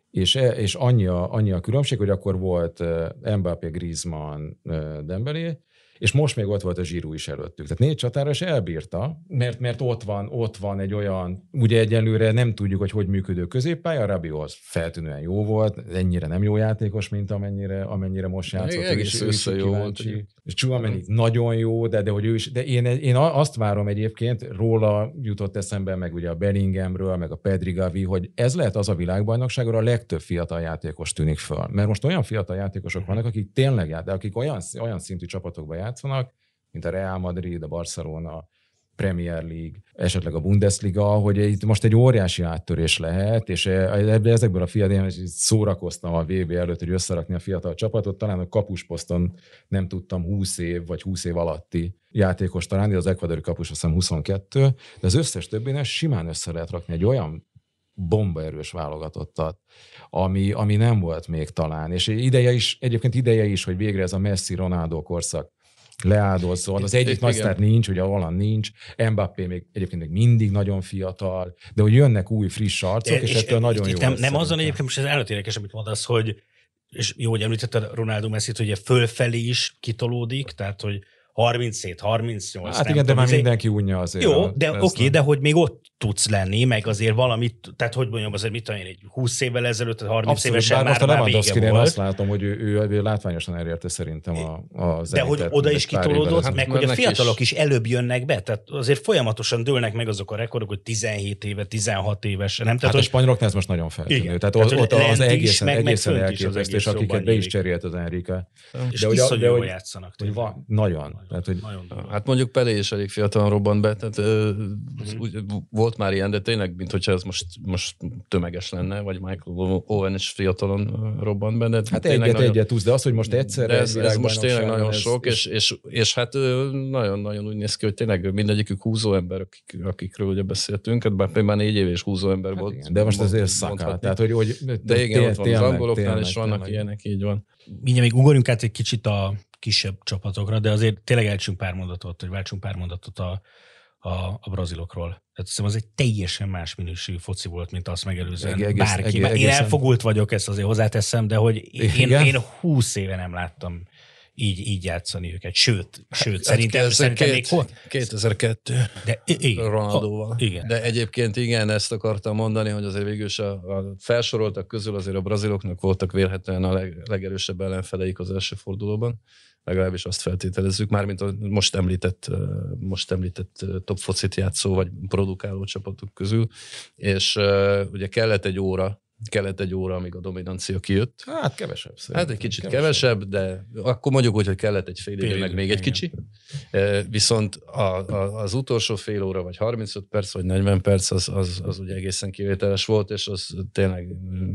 Speaker 2: és annyi a különbség, hogy akkor volt Mbappé, Griezmann, Dembélé, és most még ott volt a Giroud is előttük. Tehát 4 csatára is elbírta, mert ott van egy olyan, ugye egyelőre nem tudjuk, hogy működő középpálya, Rabiot feltűnően jó volt, ennyire nem jó játékos, mint amennyire most játszott.
Speaker 3: Egész össze jó volt.
Speaker 2: És Tchouaméni nagyon jó, de hogy ő is, de én azt várom egyébként, róla jutott eszembe, meg ugye a Bellinghamről, meg a Pedri, Gavi, hogy ez lehet az a világbajnokság, ahol a legtöbb fiatal játékos tűnik föl. Mert most olyan fiatal játékosok vannak, akik tényleg akik olyan szintű csapatokban játszanak, mint a Real Madrid, a Barcelona, Premier League, esetleg a Bundesliga, hogy itt most egy óriási áttörés lehet, és ezekből a fiatal, én szórakoztam a VB előtt, hogy összerakni a fiatal csapatot, talán a kapusposzton nem tudtam 20 év vagy 20 év alatti játékos találni, az ekvadori kapus azt hiszem 22, de az összes többének simán össze lehet rakni egy olyan bombaerős válogatottat, ami nem volt még talán. És ideje is, hogy végre ez a Messi-Ronaldo korszak leáldol, szóval az egyik nagy sztár nincs, ugye Haaland nincs, Mbappé egyébként még mindig nagyon fiatal, de hogy jönnek új, friss arcok, és ettől nagyon jó.
Speaker 1: Nem azon egyébként most ez előtérekes, amit mondasz, hogy, és jó, hogy említetted Ronaldo Messit, hogy fölfelé is kitolódik, tehát hogy 37, 38.
Speaker 2: Hát igen, de már mindenki unja azért.
Speaker 1: Jó, de oké, de hogy még ott tudsz lenni, meg azért valamit, tehát hogy mondjam, azért mit tudom én, egy 20 évvel ezelőtt, 30 évesen már vége volt.
Speaker 2: Azt látom, hogy ő látványosan elérte szerintem az
Speaker 1: de hogy oda is kitolódott, meg hogy a fiatalok is előbb jönnek be, tehát azért folyamatosan dőlnek meg azok a rekordok, hogy 17 éve, 16 éve, nem? Tehát,
Speaker 2: a spanyoloknál ez most nagyon feltűnő. Tehát ott az egészen elképesztő, és akiket be is cserélt az Enrique.
Speaker 1: És iszonyú jól játszanak.
Speaker 2: Nagyon.
Speaker 3: Hát mondjuk Pelé is elég fiatalon robbant be, tehát volt már ilyen, de tényleg, mintha ez most tömeges lenne, vagy Michael Owen is fiatalon robbant be.
Speaker 2: Hát egyet tudsz, de az, hogy most egyszerre...
Speaker 3: Ez most tényleg nagyon sok, és hát nagyon-nagyon úgy néz ki, hogy tényleg mindegyikük húzó ember, akikről ugye beszéltünk, hát bár már 4 év és húzó ember volt.
Speaker 2: Igen, de most azért Saka, tehát hogy...
Speaker 3: De igen, ott van az angoloknál is vannak ilyenek, így van.
Speaker 1: Mindjárt még ugorjunk át egy kicsit a kisebb csapatokra, de azért tényleg váltsunk pár mondatot a brazilokról. Tehát hiszem, az egy teljesen más minőségű foci volt, mint azt megelőzően bárki. Én elfogult vagyok, ezt azért hozzáteszem, de hogy én 20 éve nem láttam így játszani őket. Sőt szerintem még
Speaker 3: 2002 Ronaldóval.
Speaker 1: Igen.
Speaker 3: De egyébként igen, ezt akartam mondani, hogy azért végül is a felsoroltak közül azért a braziloknak voltak vélhetően a legerősebb ellenfeleik az első fordulóban. Legalábbis azt feltételezzük, mármint a most említett top focit játszó vagy produkáló csapatok közül, és ugye kellett egy óra, amíg a dominancia kijött.
Speaker 2: Hát kevesebb.
Speaker 3: Hát egy kicsit kevesebb, de akkor mondjuk úgy, hogy kellett egy fél idő, meg még egy kicsi. Viszont az utolsó fél óra, vagy 35 perc, vagy 40 perc, az ugye egészen kivételes volt, és az tényleg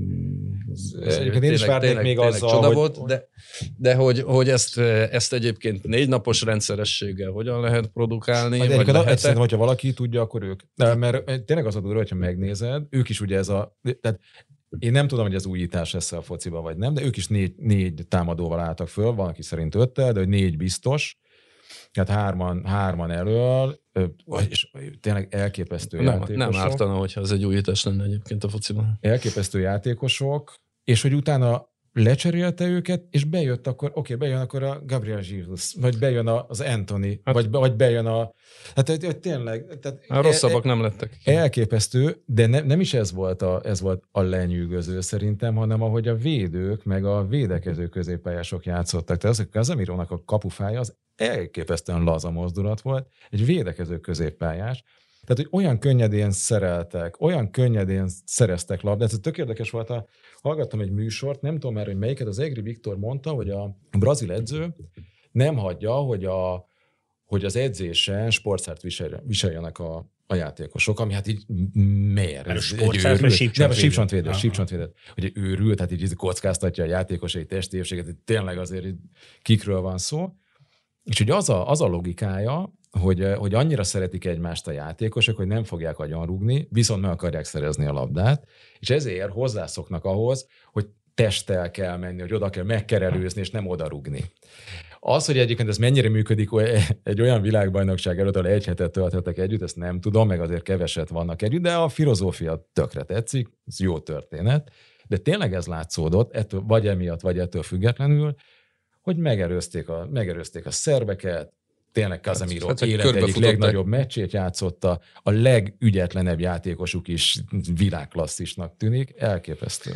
Speaker 2: én is várnék még azzal,
Speaker 3: csoda volt, de hogy ezt egyébként 4 napos rendszerességgel hogyan lehet produkálni?
Speaker 2: Szerintem, hogyha valaki tudja, akkor ők. De, mert tényleg az a durva, hogyha megnézed, ők is ugye tehát én nem tudom, hogy ez újítás lesz a fociba, vagy nem, de ők is 4 támadóval álltak föl, van, aki szerint 5-tel, de hogy 4 biztos, tehát 3 elől, és tényleg elképesztő játékosok.
Speaker 3: Nem ártana, hogyha ez egy újítás lenne egyébként a fociban.
Speaker 2: Elképesztő játékosok, és hogy utána lecserélte őket, és bejön akkor a Gabriel Jesus, vagy bejön az Anthony, vagy bejön a... Hát tényleg...
Speaker 3: Rosszabbak nem lettek.
Speaker 2: Elképesztő, de nem is ez volt a lenyűgöző szerintem, hanem ahogy a védők, meg a védekező középpályások játszottak. Tehát az, Casemirónak a kapufája az elképesztően laza mozdulat volt, egy védekező középpályás. Tehát, hogy olyan könnyedén szereltek, olyan könnyedén szereztek labdát. Ez tök érdekes volt, hallgattam egy műsort, nem tudom már, hogy melyiket, az Egri Viktor mondta, hogy a brazil edző nem hagyja, hogy az edzésen sportszert viseljenek a játékosok, ami hát így miért?
Speaker 1: A sportszert
Speaker 2: sípcsontvédet. Hogy őrült, tehát így kockáztatja a játékosai testi épséget, tényleg azért kikről van szó. És hogy az a logikája, hogy annyira szeretik egymást a játékosok, hogy nem fogják agyonrúgni, viszont meg akarják szerezni a labdát, és ezért hozzászoknak ahhoz, hogy testtel kell menni, hogy oda kell, meg kell előzni, és nem odarúgni. Az, hogy egyébként ez mennyire működik egy olyan világbajnokság előtt, ahol 1 hetet tölthetek együtt, ezt nem tudom, meg azért keveset vannak együtt, de a filozófia tökre tetszik, ez jó történet. de tényleg ez látszódott, ettől, vagy emiatt, vagy ettől függetlenül, hogy megerőzték a szerbeket, tényleg Casemiro élet egyik legnagyobb meccsét játszotta, a legügyetlenebb játékosuk is világklasszisnak tűnik, elképesztő.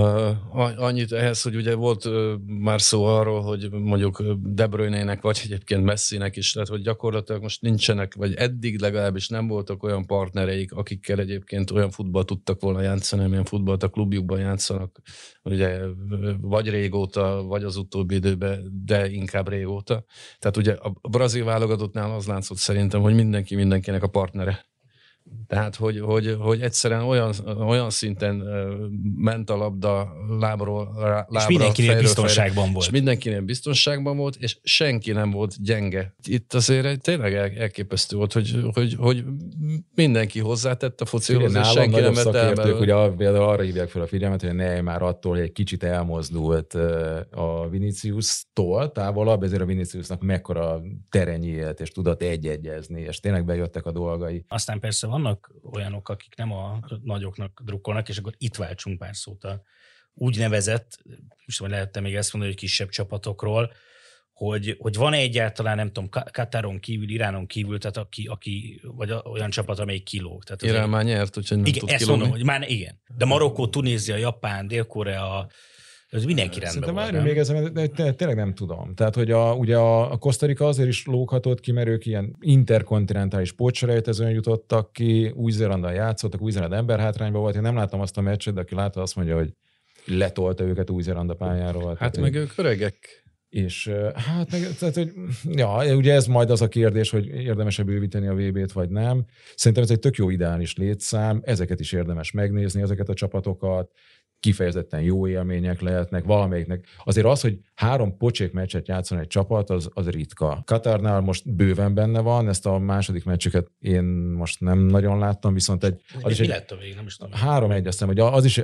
Speaker 3: Annyit ehhez, hogy ugye volt már szó arról, hogy mondjuk De Bruyne-nek, vagy egyébként Messinek is, tehát hogy gyakorlatilag most nincsenek, vagy eddig legalábbis nem voltak olyan partnereik, akikkel egyébként olyan futball tudtak volna játszani, amilyen futballt a klubjukban játszanak, ugye vagy régóta, vagy az utóbbi időben, de inkább régóta. Tehát ugye a brazil válogatottnál az látszott szerintem, hogy mindenki mindenkinek a partnere. Tehát, hogy egyszerűen olyan szinten ment a labda lábra,
Speaker 1: és mindenkinél biztonságban volt.
Speaker 3: És mindenkinél biztonságban volt, és senki nem volt gyenge. Itt azért tényleg elképesztő volt, hogy mindenki hozzátett a focihoz, és senki nem vett el.
Speaker 2: Ugye például arra hívják fel a figyelmet, hogy ne már attól, hogy egy kicsit elmozdult a Vinicius-tól távolabb, ezért a Viniciusnak mekkora terenyi élt, és tudott egy-egyezni, és tényleg bejöttek a dolgai.
Speaker 1: Aztán persze vannak olyanok, akik nem a nagyoknak drukkolnak, és akkor itt váltsunk pár szót a úgynevezett, most lehetne még ezt mondani, hogy kisebb csapatokról, hogy van-e egyáltalán, nem tudom, Kataron kívül, Iránon kívül, tehát aki vagy olyan csapat, amelyik kilóg. Tehát
Speaker 3: Irán már nyert, úgyhogy nem
Speaker 1: igen,
Speaker 3: tud
Speaker 1: ezt
Speaker 3: kilógni.
Speaker 1: mondom, hogy már igen. De Marokkó, Tunézia, Japán, Dél-Korea, ez mindenki rendben volt.
Speaker 2: Szerintem még ezen, de tényleg nem tudom. Tehát, hogy ugye a Costa Rica azért is lóghatott ki, mert ők ilyen interkontinentális pótselejtezőn jutottak ki, Új-Zélandal játszottak, Új-Zéland emberhátrányban volt. Én nem láttam azt a meccset, de aki látta, azt mondja, hogy letolta őket Új-Zélanda pályáról.
Speaker 3: Hát meg ők öregek.
Speaker 2: És hát meg, tehát, hogy ja, ugye ez majd az a kérdés, hogy érdemes-e bővíteni a VB-t, vagy nem. Szerintem ez egy tök jó ideális létszám, ezeket is érdemes megnézni, ezeket a csapatokat, kifejezetten jó élmények lehetnek valamelyiknek. Azért az, hogy 3 pocsék meccset játszon egy csapat, az ritka. Katarnál most bőven benne van, ezt a második meccsüket én most nem nagyon láttam, viszont
Speaker 1: mi lett a vég? Nem is tudom.
Speaker 2: 3-1, azt hiszem, hogy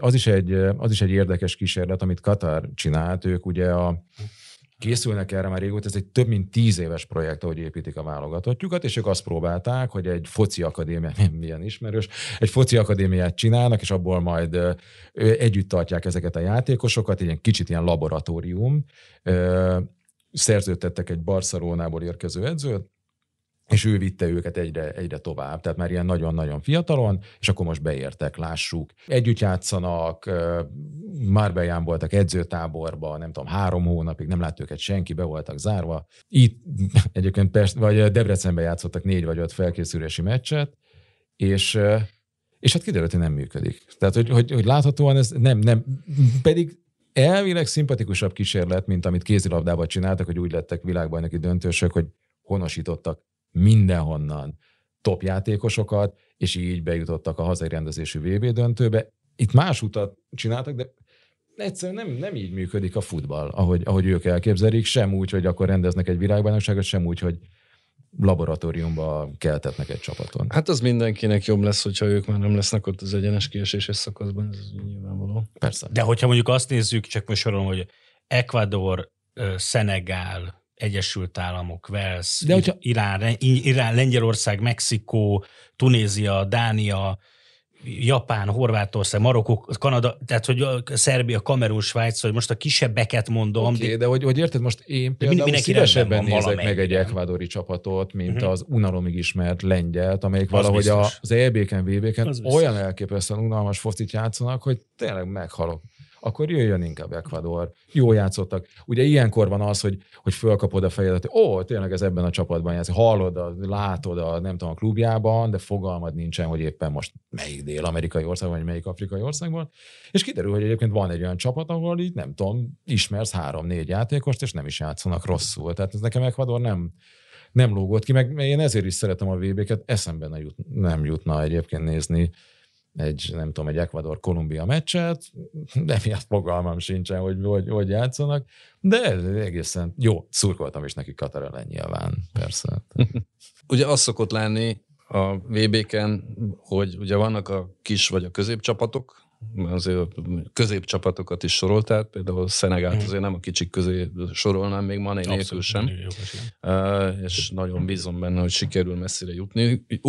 Speaker 2: az is egy érdekes kísérlet, amit Katar csinált. Ők ugye készülnek erre már régóta, ez egy több mint 10 éves projekt, ahogy építik a válogatottjukat, és ők azt próbálták, hogy egy foci akadémiát, milyen ismerős, egy foci akadémiát csinálnak, és abból majd együtt tartják ezeket a játékosokat, egy kicsit ilyen laboratórium. Szerződtettek egy Barcelonából érkező edzőt, és ő vitte őket egyre tovább, tehát már ilyen nagyon-nagyon fiatalon, és akkor most beértek, lássuk. Együtt játszanak, Marbellán voltak edzőtáborban, nem tudom, 3 hónapig, nem lát őket senki, be voltak zárva. Itt egyébként vagy Debrecenben játszottak 4 vagy 5 felkészülési meccset, és hát kiderült, hogy nem működik. Tehát, hogy láthatóan ez nem, pedig elvileg szimpatikusabb kísérlet, mint amit kézilabdában csináltak, hogy úgy lettek világbajnoki döntősök, hogy honosítottak mindenhonnan top játékosokat, és így bejutottak a hazai rendezésű VB döntőbe. Itt más utat csináltak, de egyszerűen nem így működik a futball, ahogy ők elképzelik, sem úgy, hogy akkor rendeznek egy világbajnokságot, sem úgy, hogy laboratóriumba keltetnek egy csapaton.
Speaker 3: Hát az mindenkinek jobb lesz, hogyha ők már nem lesznek ott az egyenes kieséses szakaszban, ez nyilvánvaló.
Speaker 2: Persze.
Speaker 1: De hogyha mondjuk azt nézzük, csak most sorolom, hogy Ecuador, Szenegál, Egyesült Államok, Wales, Irán, Lengyelország, Mexikó, Tunézia, Dánia, Japán, Horvátország, Marokkó, Kanada, tehát hogy Szerbia, Kamerun, Svájc, hogy most a kisebbeket mondom.
Speaker 2: Oké, de hogy érted, most én például szívesebben nézek meg egy ekvádori csapatot, mint az unalomig ismert lengyelt, amelyik valahogy az EB-ken, VB-ken olyan elképesztően unalmas focit játszanak, hogy tényleg meghalok. Akkor jöjjön inkább Ecuador. Jó játszottak. Ugye ilyenkor van az, hogy fölkapod a fejedet, hogy tényleg ez ebben a csapatban játszik. Hallod, látod nem tudom, a klubjában, de fogalmad nincsen, hogy éppen most melyik dél-amerikai országban, vagy melyik afrikai országban. És kiderül, hogy egyébként van egy olyan csapat, ahol így nem tudom, ismersz 3-4 játékost, és nem is játszanak rosszul. Tehát ez nekem Ecuador nem lógott ki, meg én ezért is szeretem a VB-ket, eszembe nem jutna egyébként nézni egy Ecuador-Kolumbia meccset, de miatt fogalmam sincsen, hogy játszanak, de ez egészen jó, szurkoltam is neki Katar ellen nyilván, persze.
Speaker 3: Ugye az szokott lenni a VB-ken, hogy ugye vannak a kis vagy a középcsapatok, azért középcsapatokat is soroltál, például Szenegált azért nem a kicsik közé sorolnám, még Mané nélkül sem, és nagyon bízom benne, hogy sikerül messzire jutniuk.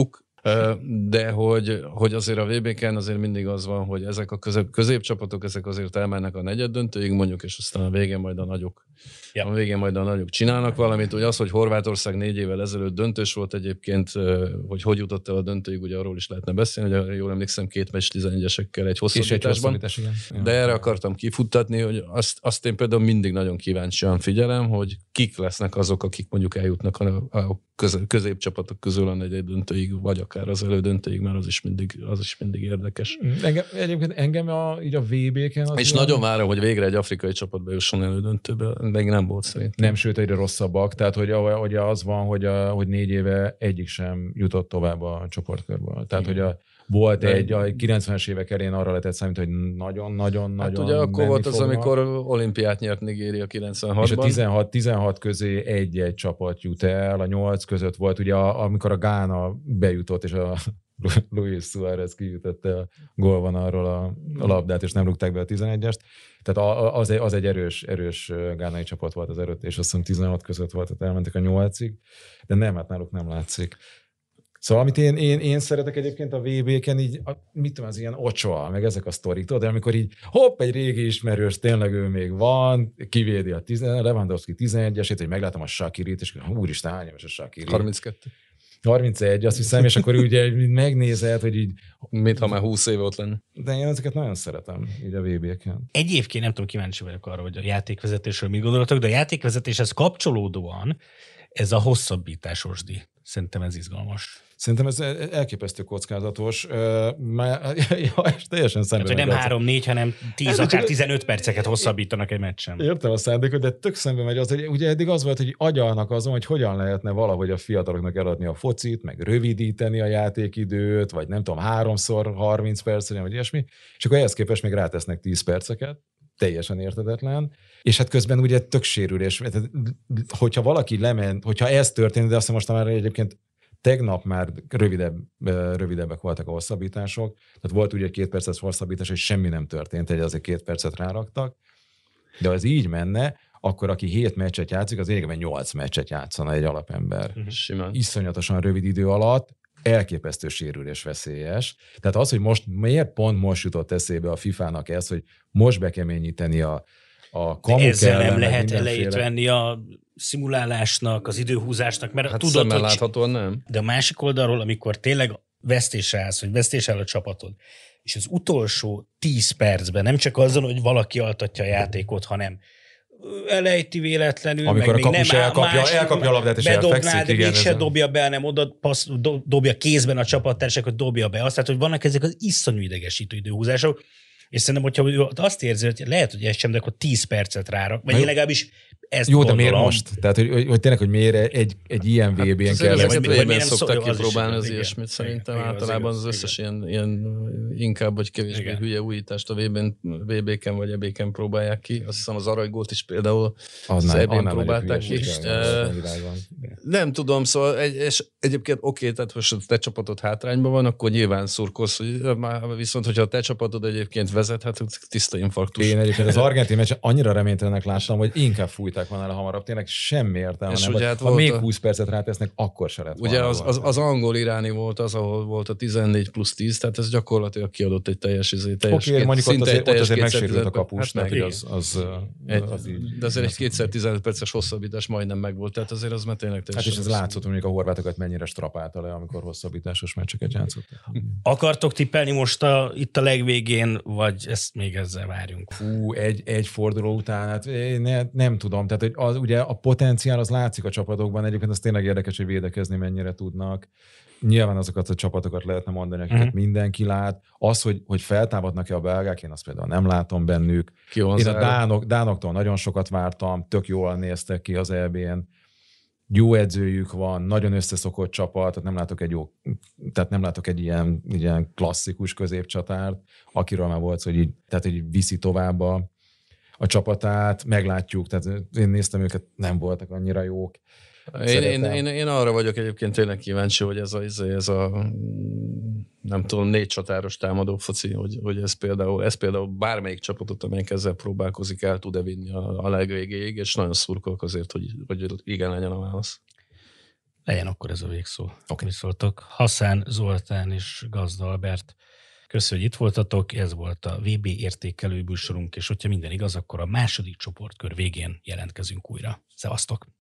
Speaker 3: De hogy azért a VB-ken azért mindig az van, hogy ezek a középcsapatok, ezek azért elmennek a negyeddöntőig mondjuk, és aztán a végén majd a nagyok. Ja. A végén majd a nagyok csinálnak valamit, hogy az, hogy Horvátország 4 évvel ezelőtt döntős volt egyébként, hogy jutott el a döntőig, ugye arról is lehetne beszélni, hogy jól emlékszem 2 meccs 11-esekkel egy hosszabbításban. De erre akartam kifuttatni, hogy azt én például mindig nagyon kíváncsian figyelem, hogy kik lesznek azok, akik mondjuk eljutnak a középcsapatok közül a negyedik döntőig, vagy akár az elődöntőig, mert az is mindig érdekes.
Speaker 2: Engem így a VB-ken...
Speaker 3: És nagyon várom, hogy végre egy afrikai csapat bejusson elődöntőbe, még nem volt szerintem.
Speaker 2: Nem, sőt, egyre rosszabbak. Tehát, hogy az van, hogy 4 éve egyik sem jutott tovább a csoportkörből. Tehát, hogy volt a 90-es évek elején arra lehetett számítani, hogy nagyon-nagyon-nagyon
Speaker 3: hát ugye akkor volt az, amikor olimpiát nyert Nigéria 96-ban.
Speaker 2: És a 16 közé egy csapat jut el, a 8 között volt, ugye amikor a Gána bejutott, és a Luis Suárez kiütötte a gólvonalról a labdát, és nem rúgták be a 11-est. Tehát az egy erős gánai csapat volt az előtt, és azt hiszem 16 között volt, tehát elmentek a 8-ig, de nem, hát náluk nem látszik. Szóval amit én szeretek egyébként a VB-ken, így, mit tudom, az ilyen Ochoa, meg ezek a sztorik, tudod, de amikor így hopp, egy régi ismerős, tényleg ő még van, kivédi a Lewandowski 11-esét, hogy meglátom a Shakirit, és úristen, hány éves a Shakiri? 31, azt hiszem, és akkor ugye megnézed, hogy így...
Speaker 3: Mintha már 20 éve ott lenne.
Speaker 2: De én ezeket nagyon szeretem, így a VB-ken.
Speaker 1: Egyébként nem tudom, kíváncsi vagyok arra, hogy a játékvezetésről mit gondoltok, de a játékvezetéshez kapcsolódóan ez a hosszabbításos díj. Szerintem ez izgalmas.
Speaker 2: Szerintem ez elképesztő kockázatos. Teljesen szemben.
Speaker 1: Tehát, hogy nem 3-4, hanem 10, akár 15 perceket hosszabbítanak egy meccsen.
Speaker 2: Értem a szándékot, de tök szembe megy az, hogy ugye eddig az volt, hogy agyalnak azon, hogy hogyan lehetne valahogy a fiataloknak eladni a focit, meg rövidíteni a játékidőt, vagy nem tudom, 3x30 perc, vagy ilyesmi, és akkor ehhez képest még rátesznek 10 perceket. Teljesen érthetetlen. És hát közben ugye tök sérülés. Hogyha valaki lement, hogyha ez történt, de azt most már egyébként tegnap már rövidebbek voltak a hosszabbítások. Tehát volt ugye 2 perces hosszabbítás, és semmi nem történt, egy azért 2 percet ráraktak. De ha ez így menne, akkor aki 7 meccset játszik, az régebben 8 meccset játszana egy alapember. Iszonyatosan rövid idő alatt, elképesztő sérülés veszélyes. Tehát az, hogy miért pont most jutott eszébe a FIFA-nak ez, hogy most bekeményíteni a kamuk
Speaker 1: ezzel nem lehet elejét venni a szimulálásnak, az időhúzásnak, mert
Speaker 3: hát
Speaker 1: tudod, hogy...
Speaker 3: láthatóan nem.
Speaker 1: De a másik oldalról, amikor tényleg vesztésre állsz, vagy vesztésre áll a csapatod, és az utolsó 10 percben nem csak azon, hogy valaki altatja a játékot, hanem elejti véletlenül,
Speaker 2: amikor
Speaker 1: meg
Speaker 2: a kapus elkapja a labdát, és elfekszik.
Speaker 1: De mégse dobja be, hanem oda dobja kézben a csapattársak, hogy dobja be azt. Tehát, hogy vannak ezek az iszonyú idegesítő időhúzások, és szerintem, hogyha azt érzi, hogy lehet, hogy ez sem, de akkor 10 percet rárak, vagy én legalábbis ezt
Speaker 2: jó,
Speaker 1: gondolom.
Speaker 2: De miért most? Tehát, hogy tényleg, hogy miért egy ilyen VB-n kell.
Speaker 3: Ezeket szokták kipróbálni az ilyesmit, szerintem általában az összes ilyen inkább vagy kevésbé hülye újítást a VB-ken vagy EB-ken próbálják ki. Azt hiszem az aranygolt is például az EB-n próbálták ki. Nem tudom, szóval egyébként oké, tehát most a te csapatod hátrányban van, akkor nyilván szurkolsz, viszont hogyha a te csapatod egyébként vezet, hát tiszta infarktus.
Speaker 2: Én egyébként az argentin meccs annyira reménytelenek láttam, hogy inkább fújták volna el hamarabb, tényleg semmi értelme nem. Hát ha még 20 percet rátesznek, akkor se lett
Speaker 3: ugye az angol-iráni volt az, ahol volt a 14+10, tehát ez gyakorlatilag kiadott egy teljes
Speaker 2: mondjuk ott azért megsérült a kapus, tehát az
Speaker 3: így. De azért egy 2x15 perces hosszabbítás majdnem megvolt, tehát azért az már tényleg teljesen.
Speaker 2: Hát és ez látszott, hogy mondjuk a horvátokat mennyire strapálta le, amikor hosszabbításos meccseket játszott.
Speaker 1: Akartok tippelni most itt a legvégén, vagy ezt még ezzel várjunk?
Speaker 2: Egy forduló után, hát nem tudom. Tehát, hogy ugye a potenciál az látszik a csapatokban, egyébként az tényleg érdekes, hogy védekezni mennyire tudnak. Nyilván azokat a csapatokat lehetne mondani, akiket mindenki lát. Az, hogy feltámadnak-e a belgák, én azt például nem látom bennük. Én a dánoktól nagyon sokat vártam, tök jól néztek ki az EB-n. Jó edzőjük van, nagyon összeszokott csapat, tehát nem látok egy ilyen klasszikus középcsatárt, akiről már volt, hogy így viszi tovább a csapatát, meglátjuk, tehát én néztem őket, nem voltak annyira jók.
Speaker 3: Én arra vagyok egyébként tényleg kíváncsi, hogy ez a nem tudom, 4 csatáros támadó foci, hogy ez például bármelyik csapatot, amelyik ezzel próbálkozik, el tud-e vinni a legvégéig, és nagyon szurkolok azért, hogy igen legyen a válasz.
Speaker 1: Legyen akkor ez a végszó.
Speaker 2: Oké.
Speaker 1: Viszoltok. Haszán Zoltán és Gazda Albert. Köszönjük, hogy itt voltatok. Ez volt a VB értékelő műsorunk, és hogyha minden igaz, akkor a második csoportkör végén jelentkezünk újra. Szevasztok!